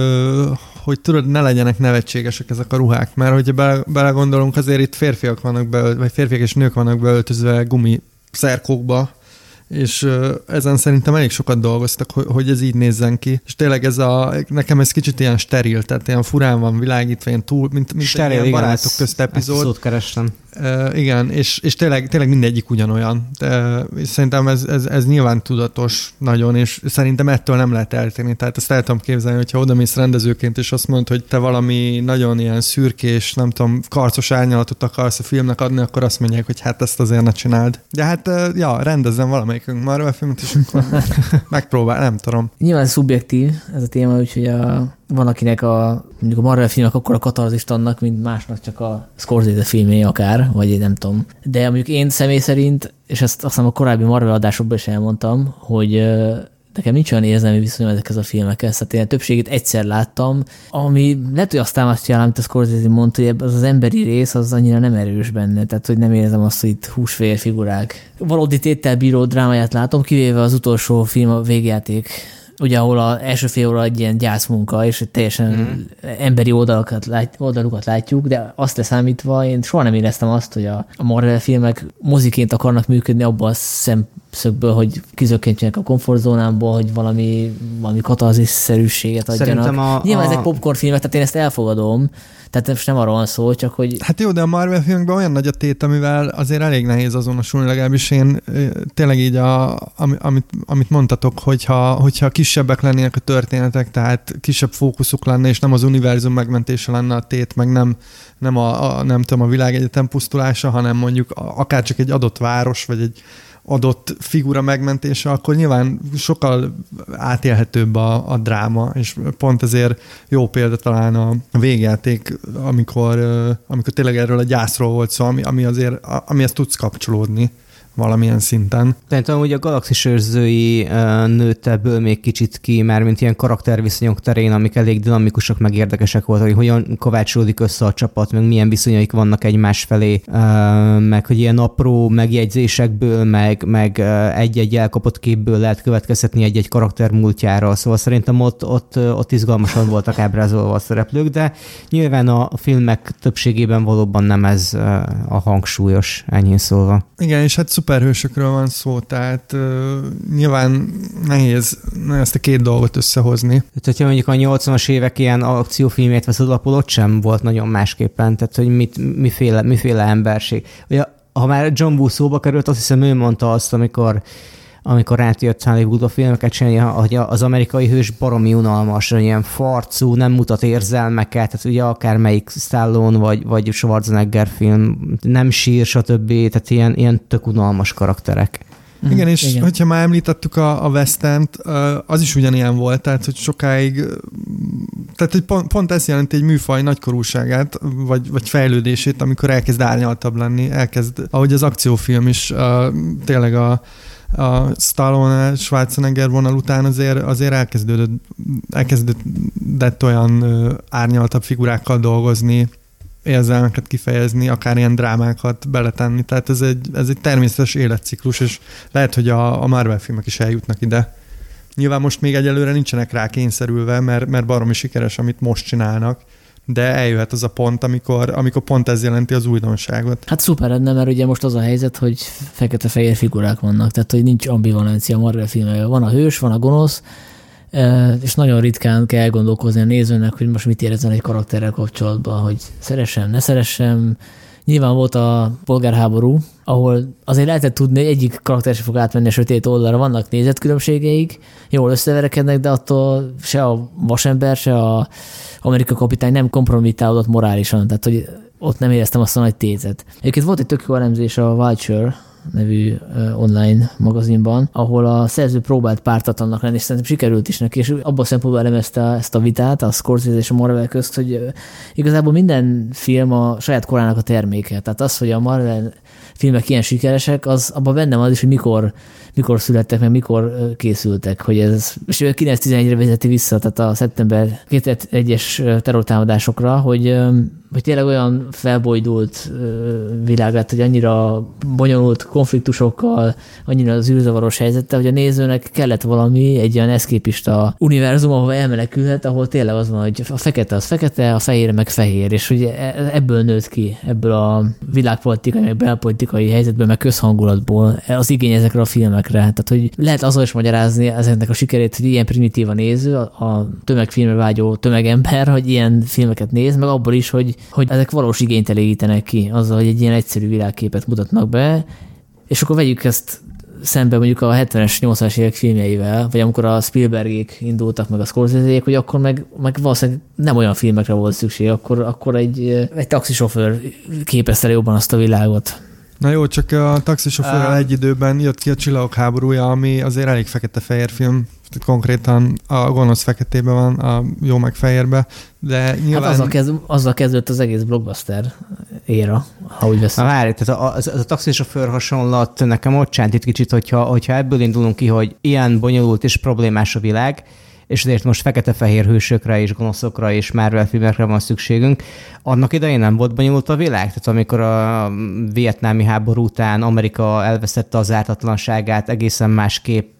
[SPEAKER 2] hogy tudod, ne legyenek nevetségesek ezek a ruhák, mert hogyha belegondolunk, azért itt férfiak vannak beöltözve, vagy férfiak és nők vannak beöltözve gumi szerkókba, és ezen szerintem elég sokat dolgoztak, hogy ez így nézzen ki. És tényleg nekem ez kicsit ilyen steril, tehát ilyen furán van világítva, ilyen túl, mint
[SPEAKER 3] steril,
[SPEAKER 2] ilyen barátok közt epizód.
[SPEAKER 3] Szót kerestem.
[SPEAKER 2] Igen, és tényleg mindegyik ugyanolyan. És szerintem ez nyilván tudatos nagyon, és szerintem ettől nem lehet eltérni. Tehát ezt el tudom képzelni, hogyha odamész rendezőként, és azt mondod, hogy te valami nagyon ilyen szürkés, nem tudom, karcos árnyalatot akarsz a filmnek adni, akkor azt mondják, hogy hát ezt azért ne csináld. De hát, rendezzen valamelyikünk Marvel filmet, és akkor megpróbál, nem tudom.
[SPEAKER 1] Nyilván szubjektív ez a téma, úgyhogy van akinek mondjuk a Marvel filmek akkor a katarzist annak, mint másnak csak a Scorsese filmé akár, vagy nem tudom. De mondjuk én személy szerint, és ezt azt hiszem a korábbi Marvel adásokban is elmondtam, hogy nekem nincs olyan érzelmi viszonyom ezekhez a filmekhez, tehát én a többségét egyszer láttam, ami lehet, hogy azt támasztja el, amit a Scorsese mondta, hogy az emberi rész az annyira nem erős benne, tehát hogy nem érzem azt, hogy itt húsvér figurák. Valódi téttel bíró drámáját látom, kivéve az utolsó film, a Végjáték, ugye ahol az első fél óra egy ilyen gyászmunka, és teljesen emberi oldalukat látjuk, de azt leszámítva én soha nem éreztem azt, hogy a Marvel filmek moziként akarnak működni abban a szemszögből, hogy kizökkentsenek a komfortzónámból, hogy valami katarzis-szerűséget adjanak. Nyilván ezek popcorn filmek, tehát én ezt elfogadom, tehát most nem arról van szó, csak hogy...
[SPEAKER 2] Hát jó, de a Marvel filmekben olyan nagy a tét, amivel azért elég nehéz azonosulni, legalábbis én tényleg így, amit mondtatok, hogyha kisebbek lennének a történetek, tehát kisebb fókuszuk lenne, és nem az univerzum megmentése lenne a tét, meg nem tudom, a világegyetem pusztulása, hanem mondjuk akár csak egy adott város, vagy egy adott figura megmentése, akkor nyilván sokkal átélhetőbb a dráma, és pont ezért jó példa talán a Végjáték, amikor tényleg erről a gyászról volt szó, amihez tudsz kapcsolódni valamilyen szinten.
[SPEAKER 3] Tehát amúgy a Galaxis őrzői nőtt ebből még kicsit ki, már mint ilyen karakterviszonyok terén, amik elég dinamikusak, meg érdekesek voltak, hogy hogyan kovácsolódik össze a csapat, meg milyen viszonyaik vannak egymás felé, meg hogy ilyen apró megjegyzésekből, meg egy-egy elkapott képből lehet következtetni egy-egy karakter múltjára, szóval szerintem ott izgalmasan voltak ábrázolva a szereplők, de nyilván a filmek többségében valóban nem ez a hangsúlyos, ennyi szólva.
[SPEAKER 2] Igen, és hát szuperhősökről van szó, tehát nyilván nehéz ezt a két dolgot összehozni.
[SPEAKER 3] Tehát, hogyha mondjuk a 80-as évek ilyen akciófilmét veszed alapul, ott sem volt nagyon másképpen, tehát hogy miféle emberség. Ugye, ha már John Woo szóba került, azt hiszem ő mondta azt, amikor átjött Hollywoodba filmeket csinálni, hogy az amerikai hős baromi unalmas, ilyen farcú, nem mutat érzelmeket, tehát ugye akármelyik Stallone vagy Schwarzenegger film, nem sír, stb. Tehát ilyen tök unalmas karakterek.
[SPEAKER 2] Igen, és hogyha már említettük a Western-t, az is ugyanilyen volt, tehát hogy sokáig, tehát hogy pont ez jelenti egy műfaj nagykorúságát, vagy fejlődését, amikor elkezd árnyaltabb lenni, ahogy az akciófilm is tényleg a Stallone, Schwarzenegger vonal után azért elkezdett olyan árnyaltabb figurákkal dolgozni, érzelmeket kifejezni, akár ilyen drámákat beletenni. Tehát ez egy természetes életciklus, és lehet, hogy a Marvel filmek is eljutnak ide. Nyilván most még egyelőre nincsenek rá kényszerülve, mert baromi sikeres, amit most csinálnak, de eljöhet az a pont, amikor pont ez jelenti az újdonságot.
[SPEAKER 1] Hát szuper lenne, mert ugye most az a helyzet, hogy fekete-fehér figurák vannak, tehát hogy nincs ambivalencia a Marvel filmekben. Van a hős, van a gonosz, és nagyon ritkán kell gondolkozni a nézőnek, hogy most mit érezzen egy karakterrel kapcsolatban, hogy szeressem, ne szeressem. Nyilván volt a polgárháború, ahol azért lehetett tudni, hogy egyik karakter sem fog átmenni a sötét oldalra, vannak nézetkülönbségeik, jól összeverekednek, de attól se a vasember, se a Amerika kapitány nem kompromittálódott morálisan. Tehát, hogy ott nem éreztem azt a nagy tézet. Egyébként volt egy tök jó elemzés a Vulture nevű online magazinban, ahol a szerző próbált pártatlannak lenni, és szerintem sikerült is neki, és abban a szempontból elemezte ezt a vitát, a Scorsese és a Marvel közt, hogy igazából minden film a saját korának a terméke. Tehát az, hogy a Marvel filmek ilyen sikeresek, az abban benne van az is, hogy mikor születtek, meg mikor készültek, hogy ez, és 9-11-re vezeti vissza, tehát a szeptember 2001-es terrortámadásokra, hogy tényleg olyan felbojdult világ lett, hogy annyira bonyolult konfliktusokkal, annyira az űrzavaros helyzettel, hogy a nézőnek kellett valami, egy olyan eszképista univerzum, ahol elmenekülhet, ahol tényleg az van, hogy a fekete az fekete, a fehér meg fehér, és hogy ebből nőtt ki, ebből a világpolitikai, meg belpolitikai helyzetből, meg közhangulatból az igény ezekre a filmekre. Tehát, hogy lehet azzal is magyarázni ezeknek a sikerét, hogy ilyen primitív a néző, a tömegfilmre vágyó tömegember, hogy ilyen filmeket néz, meg abból is, hogy ezek valós igényt elégítenek ki azzal, hogy egy ilyen egyszerű világképet mutatnak be, és akkor vegyük ezt szembe mondjuk a 70-es, 80-as évek filmjeivel, vagy amikor a Spielbergék indultak, meg a Scorsesék, hogy akkor meg valószínűleg nem olyan filmekre volt szükség, akkor egy taxisofőr képezte jobban azt a világot.
[SPEAKER 2] Na jó, csak a taxisofőrrel egy időben jött ki a Csillagok háborúja, ami azért elég fekete-fehér film, konkrétan a gonosz feketében van, a jó meg fehérbe, de nyilván...
[SPEAKER 1] Hát azzal kezdődött az egész blockbuster éra, ha úgy veszem.
[SPEAKER 3] Várj, tehát ez a taxisofőr hasonlat nekem ott csántít kicsit, hogyha ebből indulunk ki, hogy ilyen bonyolult és problémás a világ, és azért most fekete-fehér hősökre és gonoszokra és Marvel filmekre van szükségünk. Annak idején nem volt bonyolult a világ? Tehát amikor a vietnámi háború után Amerika elvesztette az ártatlanságát, egészen másképp,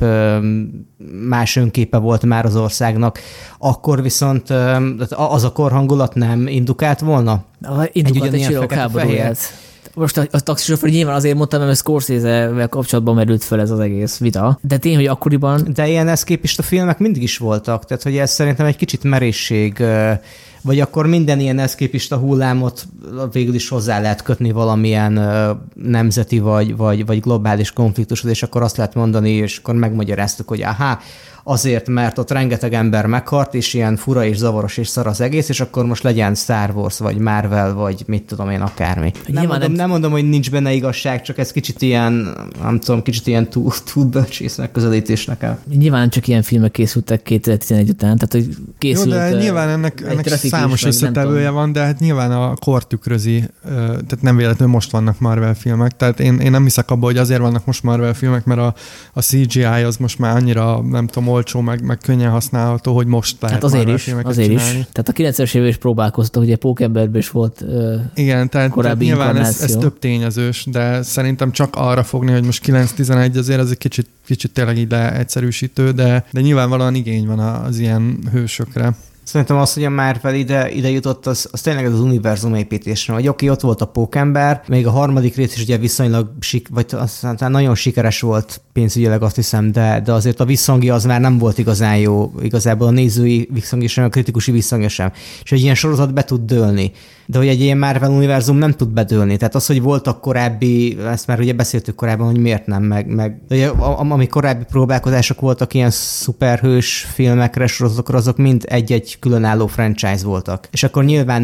[SPEAKER 3] más önképe volt már az országnak, akkor viszont az a korhangulat nem indukált volna?
[SPEAKER 1] Indukált egy Csillagok háborúját. Most a taxisofőr nyilván azért mondtam, mert Scorsese-vel kapcsolatban merült fel ez az egész vita. De tény, hogy akkoriban...
[SPEAKER 3] De ilyen eszképista filmek mindig is voltak, tehát hogy ez szerintem egy kicsit merészség, vagy akkor minden ilyen eszképista hullámot végül is hozzá lehet kötni valamilyen nemzeti vagy globális konfliktushoz, és akkor azt lehet mondani, és akkor megmagyaráztuk, hogy azért, mert ott rengeteg ember meghalt, és ilyen fura és zavaros és szar az egész, és akkor most legyen Star Wars, vagy Marvel, vagy mit tudom én, akármi. Nem mondom, hogy nincs benne igazság, csak ez kicsit ilyen, nem tudom, kicsit ilyen túl bölcsész megközelítés nekem.
[SPEAKER 1] Nyilván nem csak ilyen filmek készültek 2011 után, tehát hogy készült...
[SPEAKER 2] Jó, de nyilván ennek számos összetevője van, de hát nyilván a kor tükrözi, tehát nem véletlenül most vannak Marvel filmek, tehát én nem hiszek abba, hogy azért vannak most Marvel filmek, mert a CGI az most már annyira, nem tudom, olcsó, meg könnyen használható, hogy most lehet
[SPEAKER 1] hát
[SPEAKER 2] Marvel filmeket
[SPEAKER 1] azért
[SPEAKER 2] csinálni.
[SPEAKER 1] is. Tehát a 90-es években is próbálkoztak, ugye Pókemberben is volt
[SPEAKER 2] igen, tehát nyilván ez több tényezős, de szerintem csak arra fogni, hogy most 9-11 azért az egy kicsit tényleg így leegyszerűsítő, de nyilvánvalóan igény van az ilyen hősökre.
[SPEAKER 3] Szerintem az, hogy a Marvel ide jutott, az tényleg az univerzum építésre. Vagy oké, ott volt a Pókember, még a harmadik rész is ugye viszonylag vagy aztán nagyon sikeres volt pénzügyileg, azt hiszem, de azért a visszhangja az már nem volt igazán jó, igazából a nézői visszhangja sem, a kritikusi visszhangja sem. És egy ilyen sorozat be tud dőlni. De hogy egy ilyen Marvel univerzum nem tud bedőlni. Tehát az, hogy voltak korábbi, ezt már ugye beszéltük korábban, hogy miért nem, meg ugye, ami korábbi próbálkozások voltak ilyen szuperhős filmekre, sorozatokra, azok mind egy különálló franchise voltak. És akkor nyilván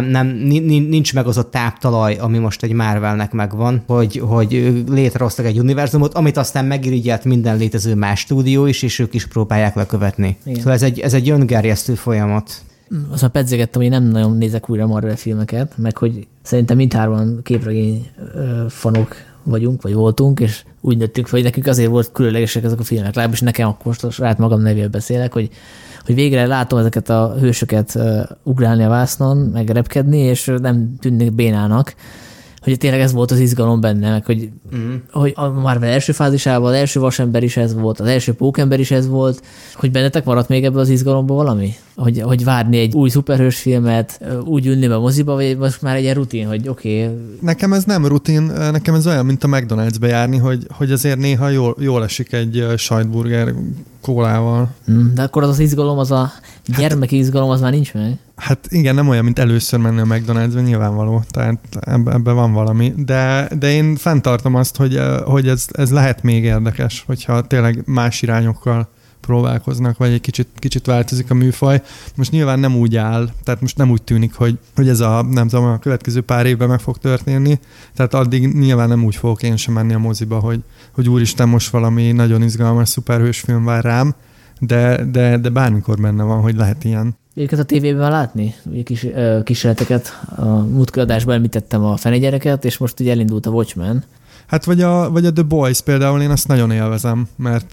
[SPEAKER 3] nincs meg az a táptalaj, ami most egy Marvelnek megvan, hogy létrehoztak egy univerzumot, amit aztán megirigyelt minden létező más stúdió is, és ők is próbálják lekövetni. Igen. Szóval ez egy öngerjesztő folyamat.
[SPEAKER 1] Aztán pedzegettem, hogy nem nagyon nézek újra Marvel filmeket, meg hogy szerintem mindhárman képregény fanok vagyunk, vagy voltunk, és úgy nőttünk fel, hogy nekünk azért volt különlegesek ezek a filmek. Legalábbis nekem akkor most saját magam nevével beszélek, hogy végre látom ezeket a hősöket ugrálni a vásznon, meg repkedni, és nem tűnnek bénának. Hogy tényleg ez volt az izgalom benne, meg hogy a Marvel első fázisában az első vasember is ez volt, az első pókember is ez volt, hogy bennetek maradt még ebből az izgalomból valami? Hogy várni egy új szuperhős filmet, úgy ülni be a moziba, vagy most már egy ilyen rutin, hogy oké.
[SPEAKER 2] Nekem ez nem rutin, nekem ez olyan, mint a McDonald'sbe járni, hogy azért néha jól esik egy sajtburger kólával.
[SPEAKER 1] De akkor az izgalom, az a gyermeki izgalom, az már nincs meg?
[SPEAKER 2] Hát igen, nem olyan, mint először menni a McDonald'sbe, nyilvánvaló, tehát ebben van valami. De én fenntartom azt, hogy ez lehet még érdekes, hogyha tényleg más irányokkal próbálkoznak, vagy egy kicsit változik a műfaj. Most nyilván nem úgy áll, tehát most nem úgy tűnik, hogy ez nem tudom, a következő pár évben meg fog történni, tehát addig nyilván nem úgy fogok én sem menni a moziba, hogy úristen, most valami nagyon izgalmas szuperhős film vár rám, de bármikor benne van, hogy lehet ilyen.
[SPEAKER 1] Őket a tévében látni? Kísérleteket. A múltkor adásban említettem a Fenegyereket, és most ugye elindult a Watchmen.
[SPEAKER 2] Hát vagy a The Boys például, én azt nagyon élvezem, mert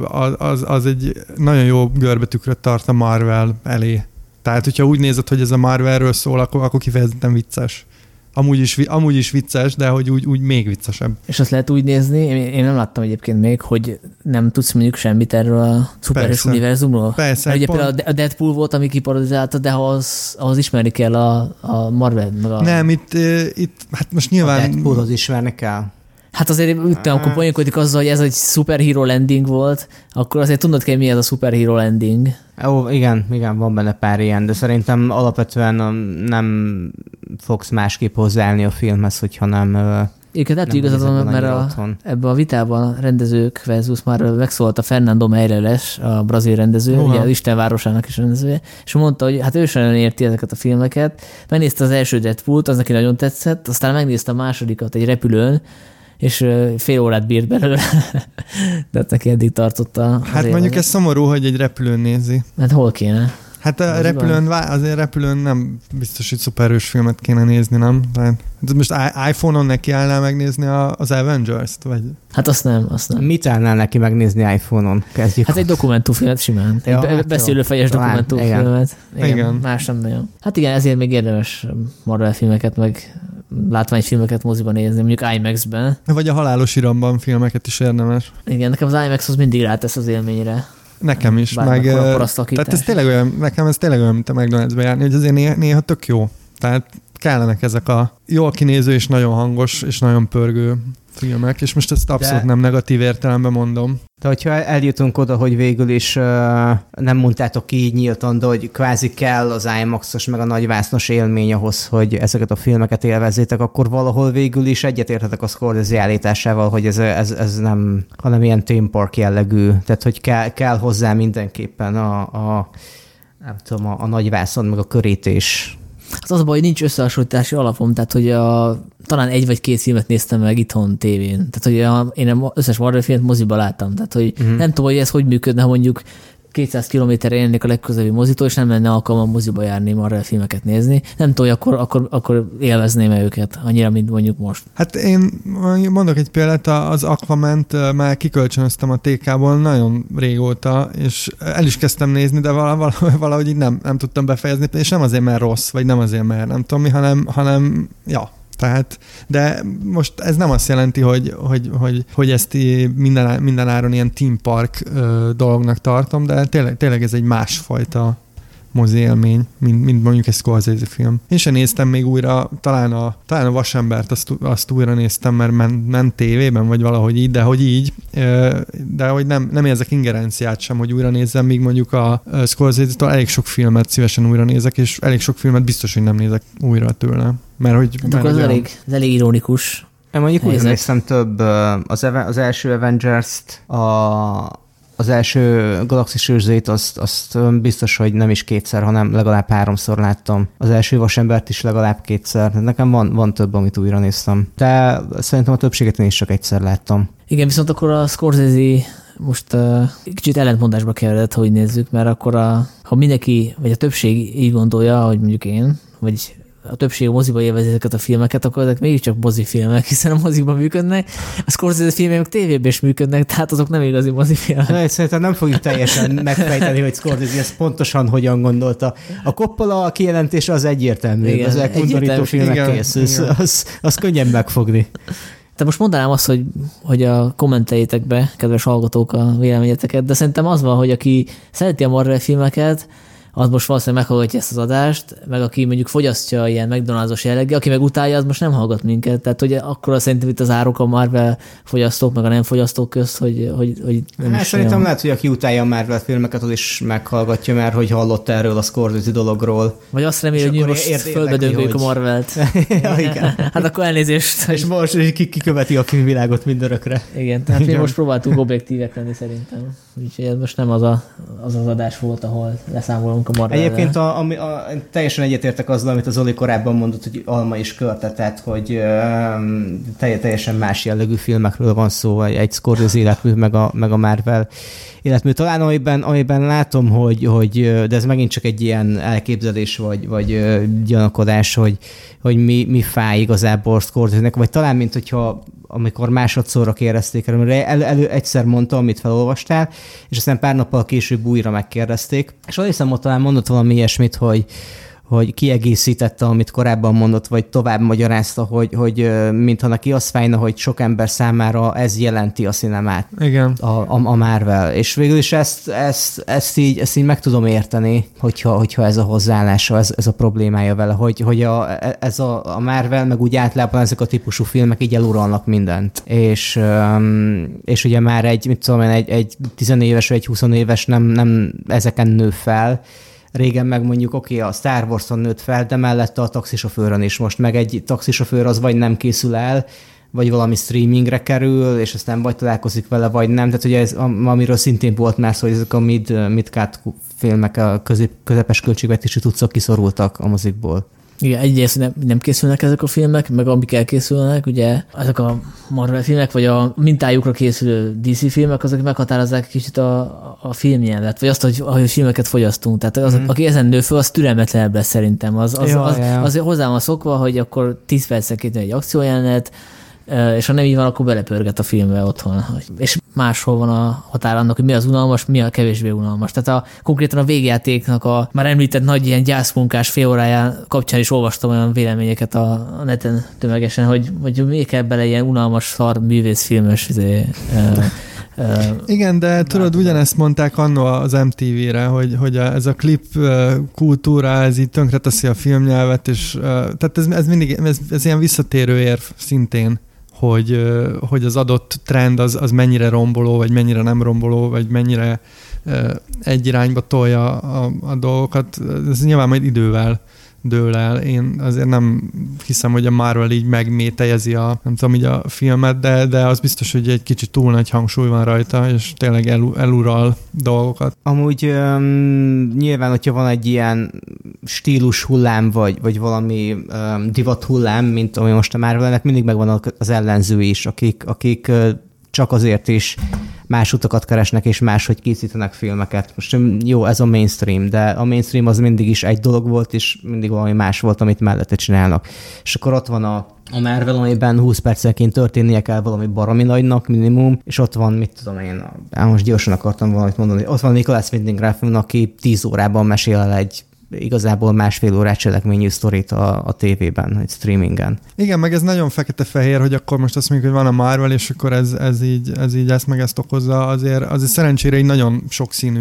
[SPEAKER 2] az egy nagyon jó görbetükröt tart a Marvel elé. Tehát, hogyha úgy nézed, hogy ez a Marvelről szól, akkor kifejezetten vicces. Amúgy is vicces, de hogy úgy még viccesebb.
[SPEAKER 1] És azt lehet úgy nézni, én nem láttam egyébként még, hogy nem tudsz mondjuk semmit erről a szuperhős univerzumról?
[SPEAKER 2] Persze.
[SPEAKER 1] Ugye például a Deadpool volt, ami kiparodizálta, de ahhoz ismerni kell a Marvel.
[SPEAKER 2] Nem, itt hát most nyilván...
[SPEAKER 3] A Deadpoolhoz ismerni kell.
[SPEAKER 1] Hát azért amikor poénkodik azzal, hogy ez egy superhero landing volt, akkor azért tudnod kell, mi ez a superhero landing.
[SPEAKER 3] Ó, igen, van benne pár ilyen, de szerintem alapvetően nem fogsz másképp hozzáállni a filmhez, hogyha nem...
[SPEAKER 1] Őket lehet igazadon, mert ebben a vitában a rendezők versus már megszólalt a Fernando Meirelles, a brazil rendező, ugye az Isten városának is rendezője, és mondta, hogy hát ő sem nagyon érti ezeket a filmeket. Megnézte az első Deadpoolt, az neki nagyon tetszett, aztán megnézte a másodikat egy repülőn, és fél órát bírt belőle. De neki eddig tartotta.
[SPEAKER 2] Hát mondjuk ez szomorú, hogy egy repülőn nézi.
[SPEAKER 1] Hát hol kéne?
[SPEAKER 2] Hát azért repülőn nem biztos, hogy szuperhős filmet kéne nézni, nem? Tehát most iPhone-on neki állnál megnézni az Avengers-t? Vagy?
[SPEAKER 1] Hát azt nem.
[SPEAKER 3] Mit állnál neki megnézni iPhone-on? Kezdjük.
[SPEAKER 1] Hát egy dokumentumfilmet simán.
[SPEAKER 3] Ja,
[SPEAKER 1] egy beszélőfejes dokumentumfilmet.
[SPEAKER 2] Igen.
[SPEAKER 1] Más nem nagyon. Hát igen, ezért még érdemes Marvel filmeket, meg látványfilmeket moziban nézni, mondjuk IMAX-ben.
[SPEAKER 2] Vagy a Halálos Iramban filmeket is érdemes.
[SPEAKER 1] Igen, nekem az IMAX az mindig rátesz az élményre.
[SPEAKER 2] Nekem is. Tehát ez tényleg olyan, nekem ez tényleg olyan, mint a McDonald's-be járni, hogy azért néha tök jó. Tehát kellenek ezek a jól kinéző és nagyon hangos és nagyon pörgő filmek, és most ezt abszolút nem negatív értelemben mondom.
[SPEAKER 3] De hogyha eljutunk oda, hogy végül is nem mondtátok ki így nyíltan, de hogy kvázi kell az IMAX-os meg a nagyvásznos élmény ahhoz, hogy ezeket a filmeket élvezzétek, akkor valahol végül is egyetérthetek a Scorsese állításával, hogy ez nem, hanem ilyen theme park jellegű, tehát hogy kell hozzá mindenképpen nem tudom, a nagyvászon meg a körítés.
[SPEAKER 1] Hát az a baj, hogy nincs összehasonlítási alapom, tehát hogy talán egy vagy két filmet néztem meg itthon tévén. Tehát, hogy én az összes Marvel filmet moziba láttam. Tehát, hogy nem tudom, hogy ez hogy működne, ha mondjuk 200 kilométerre élnék a legközelebbi mozitól, és nem lenne alkalmam moziba járni, Marvel filmeket nézni. Nem tudom, hogy akkor élvezném-e őket annyira, mint mondjuk most.
[SPEAKER 2] Hát én mondok egy példát, az Aquament már kikölcsönöztem a TK-ból nagyon régóta, és el is kezdtem nézni, de valahogy így nem tudtam befejezni, és nem azért, mert rossz, vagy nem azért, mert nem tudom mi, hanem ja. Tehát, de most ez nem azt jelenti, hogy ezt minden áron ilyen theme park dolognak tartom, de tényleg ez egy másfajta mozi élmény, mint mondjuk egy Scorsese film. Én sem néztem még újra, talán a Vasembert azt újra néztem, mert ment tévében, vagy valahogy így, de hogy nem érzek ingerenciát sem, hogy újra nézzem, míg mondjuk a Scorsese-től elég sok filmet szívesen újra nézek, és elég sok filmet biztos, hogy nem nézek újra tőle. Mert hogy...
[SPEAKER 1] Hát akkor ez elég ironikus.
[SPEAKER 3] Én mondjuk úgy néztem több az első Avengers-t, az első Galaxis őrzőit, azt biztos, hogy nem is kétszer, hanem legalább 3-szor láttam. Az első Vasembert is legalább 2-szer. Nekem van több, amit újra néztem. De szerintem a többséget én is csak egyszer láttam.
[SPEAKER 1] Igen, viszont akkor a Scorsese most kicsit ellentmondásba keveredett, hogy nézzük, mert akkor ha mindenki, vagy a többség így gondolja, hogy mondjuk én, vagy a többség a moziba élvezi ezeket a filmeket, akkor ezek mégiscsak mozifilmek, hiszen a mozikban működnek, a Scorsese filmek tévében is működnek, tehát azok nem igazi mozifilmek.
[SPEAKER 3] Szerintem nem fogjuk teljesen megfejteni, hogy Scorsese ezt pontosan hogyan gondolta. A Coppola kijelentése az egyértelmű, igen, az undorító filmek kész, az könnyen megfogni.
[SPEAKER 1] Te most mondanám azt, hogy a kommenteljétek be, kedves hallgatók, a véleményeteket, de szerintem az van, hogy aki szereti a Marvel filmeket, az most valószínűleg meghallgatja ezt az adást, meg aki mondjuk fogyasztja ilyen McDonald's-os jelleggel, aki meg utálja, az most nem hallgat minket. Tehát, hogy akkor szerintem itt az árok a Marvel fogyasztók, meg a nem fogyasztók közt, hogy nem
[SPEAKER 3] hát
[SPEAKER 1] is
[SPEAKER 3] szerintem
[SPEAKER 1] olyan...
[SPEAKER 3] lehet, hogy aki utálja a Marvel filmeket, az is meghallgatja, mert hogy hallott erről a Scorsese dologról.
[SPEAKER 1] Vagy azt reméli, hogy most fölbedöngöljük a Marvelt.
[SPEAKER 3] Ja, igen.
[SPEAKER 1] Hát akkor elnézést.
[SPEAKER 3] És most kiköveti a filmvilágot mindörökre.
[SPEAKER 1] Igen, tehát mi most próbáltunk objektívek lenni szerintem. Úgyhogy ez most nem az adás volt, ahol leszámolunk a Marvel-rel.
[SPEAKER 3] Egyébként teljesen egyetértek azzal, amit az Zoli korábban mondott, hogy alma is körte, tehát hogy teljesen más jellegű filmekről van szó, egy Scorsese életmű, meg a Marvel életmű. Talán amiben látom, hogy de ez megint csak egy ilyen elképzelés, vagy gyanakodás, hogy mi fáj igazából Scorsese-nek, vagy talán mint hogyha amikor másodszorra kérdezték el, mert egyszer mondta, amit felolvastál, és aztán pár nappal később újra megkérdezték, és azt hiszem, ott talán mondott valami ilyesmit, hogy kiegészítette, amit korábban mondott, vagy tovább magyarázta, hogy mintha neki az fájna, hogy sok ember számára ez jelenti a cinemát.
[SPEAKER 2] Igen.
[SPEAKER 3] A Marvel. És végül is ezt így meg tudom érteni, hogyha ez a hozzáállása, ez a problémája vele, hogy ez a Marvel, meg úgy általában ezek a típusú filmek így eluralnak mindent. És ugye már egy 10 éves vagy egy 20 éves nem ezeken nő fel. Régen meg mondjuk a Star Wars-on nőtt fel, de mellette a taxisofőrön is. Most meg egy taxisofőr az vagy nem készül el, vagy valami streamingre kerül, és aztán vagy találkozik vele, vagy nem. Tehát ugye ez, amiről szintén volt már szó, hogy ezek a mid-cut filmek, a közepes költségvetési cuccok kiszorultak a mozikból.
[SPEAKER 1] Igen, egyrészt nem készülnek ezek a filmek, meg amik elkészülnek, ugye ezek a Marvel filmek, vagy a mintájukra készülő DC filmek, azok meghatározzák kicsit a filmnyelvet, vagy azt, hogy a filmeket fogyasztunk. Tehát az, aki ezen nő föl, az türelmetlenebb lesz szerintem. Az hozzá van szokva, hogy akkor 10 percenként egy akciójelenet, és ha nem így van, akkor belepörget a filmbe otthon. És máshol van a határ annak, hogy mi az unalmas, mi a kevésbé unalmas. Tehát konkrétan a végjátéknak a már említett nagy ilyen gyászmunkás fél óráján kapcsán is olvastam olyan véleményeket a neten tömegesen, hogy még kell bele ilyen unalmas szar művészfilmes
[SPEAKER 2] igen, de tudod, ugyanezt mondták annó az MTV-re, hogy ez a klip kultúra, ez így tönkreteszi a filmnyelvet, és tehát ez mindig, ez ilyen visszatérő érv szintén, hogy az adott trend az mennyire romboló, vagy mennyire nem romboló, vagy mennyire egy irányba tolja a dolgokat. Ez nyilván majd idővel dől el. Én azért nem hiszem, hogy a Marvel így megmétejezi nem tudom, így a filmet, de az biztos, hogy egy kicsit túl nagy hangsúly van rajta, és tényleg elural dolgokat.
[SPEAKER 3] Amúgy nyilván, hogyha van egy ilyen stílus hullám, vagy valami divat hullám, mint ami most a Marvelnek, mindig megvan az ellenző is, akik csak azért is más utakat keresnek, és máshogy készítenek filmeket. Most jó, ez a mainstream, de a mainstream az mindig is egy dolog volt, és mindig valami más volt, amit mellette csinálnak. És akkor ott van a Marvel, amiben 20 percenként történnie kell valami baromi nagynak minimum, és ott van, mit tudom én, most gyorsan akartam valamit mondani, ott van Nicholas Winding Refn, aki 10 órában mesél el egy igazából másfél órás cselekményű sztorit a tévében, egy streamingen.
[SPEAKER 2] Igen, meg ez nagyon fekete-fehér, hogy akkor most azt mondjuk, hogy van a Marvel, és akkor ez így ezt meg ezt okozza. Azért szerencsére így nagyon sokszínű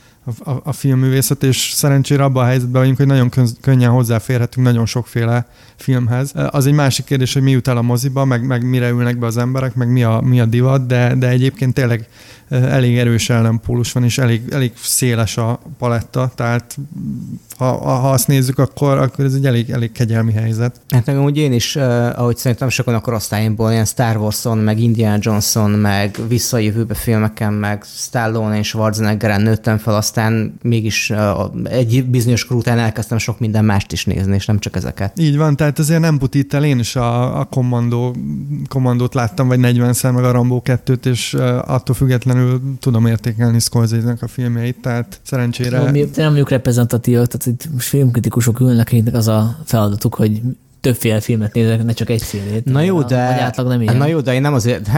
[SPEAKER 2] a filmművészet, és szerencsére abban a helyzetben vagyunk, hogy nagyon könnyen hozzáférhetünk nagyon sokféle filmhez. Az egy másik kérdés, hogy mi jut el a moziba, meg mire ülnek be az emberek, meg mi a divat, de egyébként tényleg elég erős ellenpólus van, és elég széles a paletta, tehát ha azt nézzük, akkor ez egy elég kegyelmi helyzet.
[SPEAKER 3] Hát meg amúgy én is, ahogy szerintem sokan a korosztályomból, ilyen Star Wars-on, meg Indiana Johnson, meg visszajövőbe filmeken, meg Stallone és Schwarzeneggeren nőttem fel, aztán mégis egy bizonyos kor után elkezdtem sok minden mást is nézni, és nem csak ezeket.
[SPEAKER 2] Így van, tehát azért nem butít el, én is a kommandót láttam, vagy 40-szer, meg a Rambo 2-t, és attól függetlenül tudom értékelni Scorsese-nek a filmjeit, tehát szerencsére...
[SPEAKER 1] Nem mondjuk reprezentatívak, tehát itt most filmkritikusok ülnek, akiknek az a feladatuk, hogy többféle filmet néznek, ne csak egyfélét.
[SPEAKER 3] Na jó, de...
[SPEAKER 1] Vagy átlag nem ilyen.
[SPEAKER 3] Na jó, de én nem azért...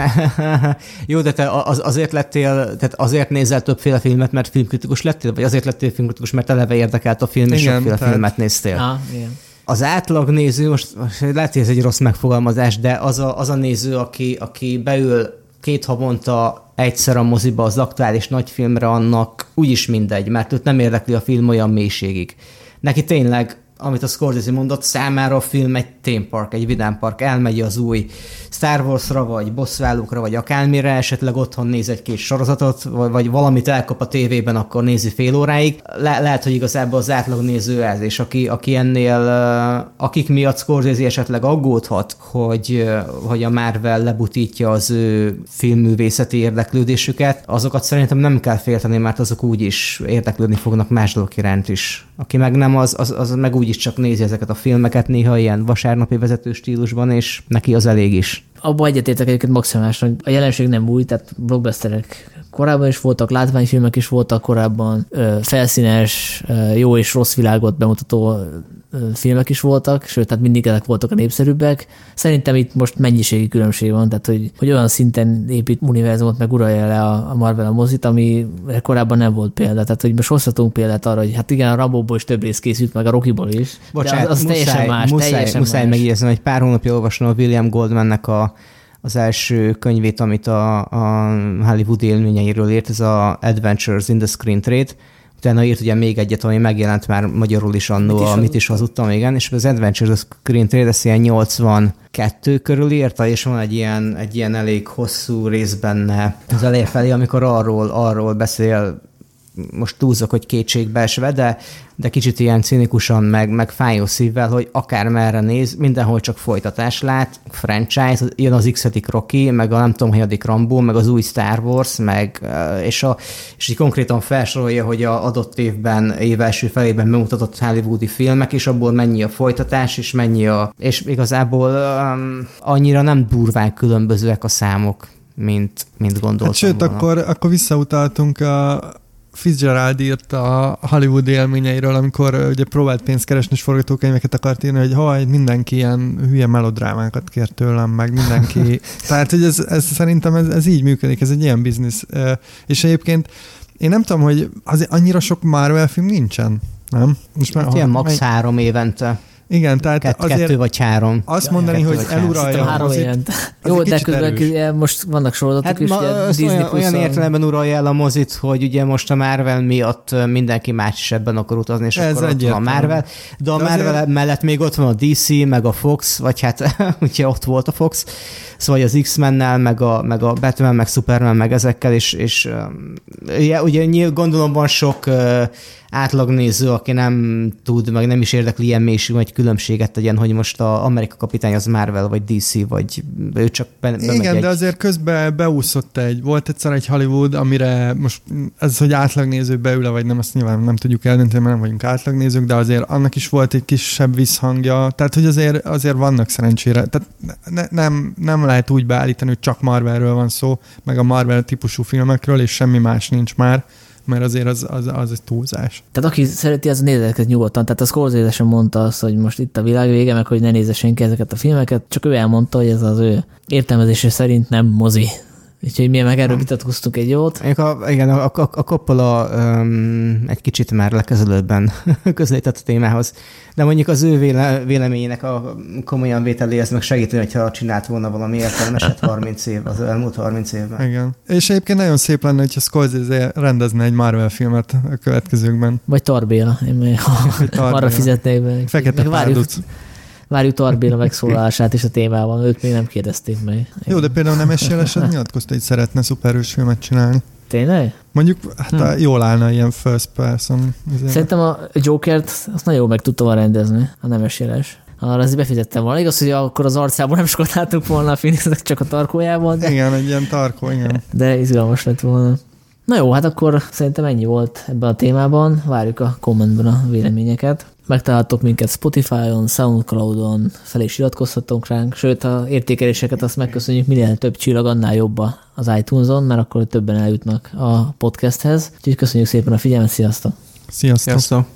[SPEAKER 3] Jó, de te azért lettél, tehát azért nézel többféle filmet, mert filmkritikus lettél, vagy azért lettél filmkritikus, mert eleve érdekelt a film, és sokféle filmet néztél.
[SPEAKER 1] Igen.
[SPEAKER 3] Az átlag néző, most lehet, hogy ez egy rossz megfogalmazás, de az a néző, aki beül 2 havonta egyszer a moziba az aktuális nagyfilmre, annak úgyis mindegy, mert őt nem érdekli a film olyan mélységig. Neki tényleg, amit a Scorsese mondott, számára a film egy theme park, egy vidámpark, elmegy az új Star Warsra, vagy bosszúállókra, vagy akármire, esetleg otthon néz egy-két sorozatot, vagy valamit elkap a tévében, akkor nézi fél óráig. Lehet, hogy igazából az átlag néző ez, és aki ennél, akik miatt Scorsese esetleg aggódhat, hogy a Marvel lebutítja az ő filmművészeti érdeklődésüket, azokat szerintem nem kell félteni, mert azok úgyis érdeklődni fognak más dolgok iránt is. Aki meg nem, az meg úgyis csak nézi ezeket a filmeket, néha ilyen vasárnapi vezető stílusban, és neki az elég is.
[SPEAKER 1] Abba egyetértek egyébként maximálisan, hogy a jelenség nem új, tehát blockbusterek korábban is voltak, látványfilmek is voltak korábban, felszínes, jó és rossz világot bemutató filmek is voltak, sőt, tehát mindig ezek voltak a népszerűbbek. Szerintem itt most mennyiségi különbség van, tehát hogy olyan szinten épít univerzumot, meg uralja le a Marvel a mozit, ami korábban nem volt példa. Tehát, hogy most hozhatunk példát arra, hogy hát igen, a Rambo-ból is több rész készült, meg a Rocky-ból is.
[SPEAKER 3] Bocsánat,
[SPEAKER 1] az teljesen más.
[SPEAKER 3] Muszáj megjegyezni, hogy pár hónapja olvasnom a William Goldmannek az első könyvét, amit a Hollywood élményeiről írt, ez a Adventures in the Screen Trade. Utána írt ugye még egyet, ami megjelent már magyarul is annó, Mit is hazudtam, igen, és az Adventures Screen Trade ezt ilyen 82 körül írta, és van egy ilyen elég hosszú rész benne az eleje felé, amikor arról beszél, most túlzok, hogy kétségbeesve, de kicsit ilyen cinikusan, meg fájó szívvel, hogy akármerre néz, mindenhol csak folytatás lát, franchise, jön az x-edik Rocky, meg a nem tudom, hanyadik Rambo, meg az új Star Wars, és így konkrétan felsorolja, hogy a adott évben, év első felében bemutatott hollywoodi filmek, és abból mennyi a folytatás, és igazából annyira nem durván különbözőek a számok, mint gondoltam
[SPEAKER 2] hát sőt,
[SPEAKER 3] volna.
[SPEAKER 2] akkor visszautaltunk a Fitzgerald írt a Hollywood élményeiről, amikor ugye próbált pénzt keresni, és forgatókönyveket akart írni, hogy mindenki ilyen hülye melodrámákat kér tőlem, meg mindenki. Tehát, hogy ez szerintem ez így működik, ez egy ilyen biznisz. És egyébként én nem tudom, hogy azért annyira sok Marvel film nincsen, nem?
[SPEAKER 3] Most már, ilyen max. 3 évente.
[SPEAKER 2] Igen, tehát azért
[SPEAKER 3] 2 vagy 3.
[SPEAKER 2] Azt mondani, hogy eluralja.
[SPEAKER 1] 3 évente. Jó, de közben most vannak sorozatok is.
[SPEAKER 3] Olyan értelemben uralja el a mozit, hogy ugye most a Marvel miatt mindenki más is ebben akar utazni, és
[SPEAKER 2] ez
[SPEAKER 3] akkor ott van a Marvel. De a Marvel azért mellett még ott van a DC, meg a Fox, vagy hát ugye ott volt a Fox, szóval az X-mennel, meg a Batman, meg Superman, meg ezekkel, és ugye gondolom van sok átlagnéző, aki nem tud, meg nem is érdekli ilyen mélység, vagy különbséget tegyen, hogy most az Amerika kapitány az Marvel, vagy DC, vagy ő csak bemegy.
[SPEAKER 2] Igen, de azért közben beúszott volt egyszer egy Hollywood, amire most ez, hogy átlagnéző beül, vagy nem, azt nyilván nem tudjuk eldönteni, mert nem vagyunk átlagnézők, de azért annak is volt egy kisebb visszhangja, tehát hogy azért vannak szerencsére. Tehát nem lehet úgy beállítani, hogy csak Marvelről van szó, meg a Marvel típusú filmekről, és semmi más nincs már, mert azért az egy túlzás.
[SPEAKER 1] Tehát aki szereti, az nézze ezeket nyugodtan. Tehát a Scorsese sem mondta azt, hogy most itt a világ vége, meg hogy ne nézze senki ezeket a filmeket, csak ő elmondta, hogy ez az ő értelmezése szerint nem mozi. Úgyhogy mi meg erről vitatkoztunk egy jót.
[SPEAKER 3] Igen, a Coppola egy kicsit már lekezelőbben közlített a témához. De mondjuk az ő véleményének a komolyan vételéhez meg segíteni, hogyha csinált volna valami értelmeset 30 év, az elmúlt 30 évben.
[SPEAKER 2] Igen. És egyébként nagyon szép lenne, hogyha Scorsese rendezne egy Marvel filmet a következőkben.
[SPEAKER 1] Vagy Tarbéla. Én arra fizetnék be.
[SPEAKER 2] Fekete Párduc.
[SPEAKER 1] Várjuk Tarbéla megszólalását is a témában, őt még nem kérdezték meg.
[SPEAKER 2] Jó, de például Nemes Jeleset nyilatkozta, hogy szeretne szuperhős filmet csinálni.
[SPEAKER 1] Tényleg?
[SPEAKER 2] Mondjuk, hát jól állna ilyen first person.
[SPEAKER 1] Szerintem a Jokert azt nagyon jól meg tudta rendezni, a Nemes Jeles. Arra azért befizettem volna. Igaz, hogy akkor az arcában nem sokat láttuk volna a Phoenixnek, csak a tarkójában. De...
[SPEAKER 2] Igen, egy ilyen tarkó, igen.
[SPEAKER 1] De izgalmas lett volna. Na jó, hát akkor szerintem ennyi volt ebben a témában. Várjuk a kommentben a véleményeket. Megtaláltok minket Spotify-on, Soundcloud-on, fel is iratkozhatunk ránk, sőt, a értékeléseket azt megköszönjük, minél több csillag, annál jobb az iTunes-on, mert akkor többen eljutnak a podcasthez. Úgyhogy köszönjük szépen a figyelmet, sziasztok!
[SPEAKER 2] Sziasztok!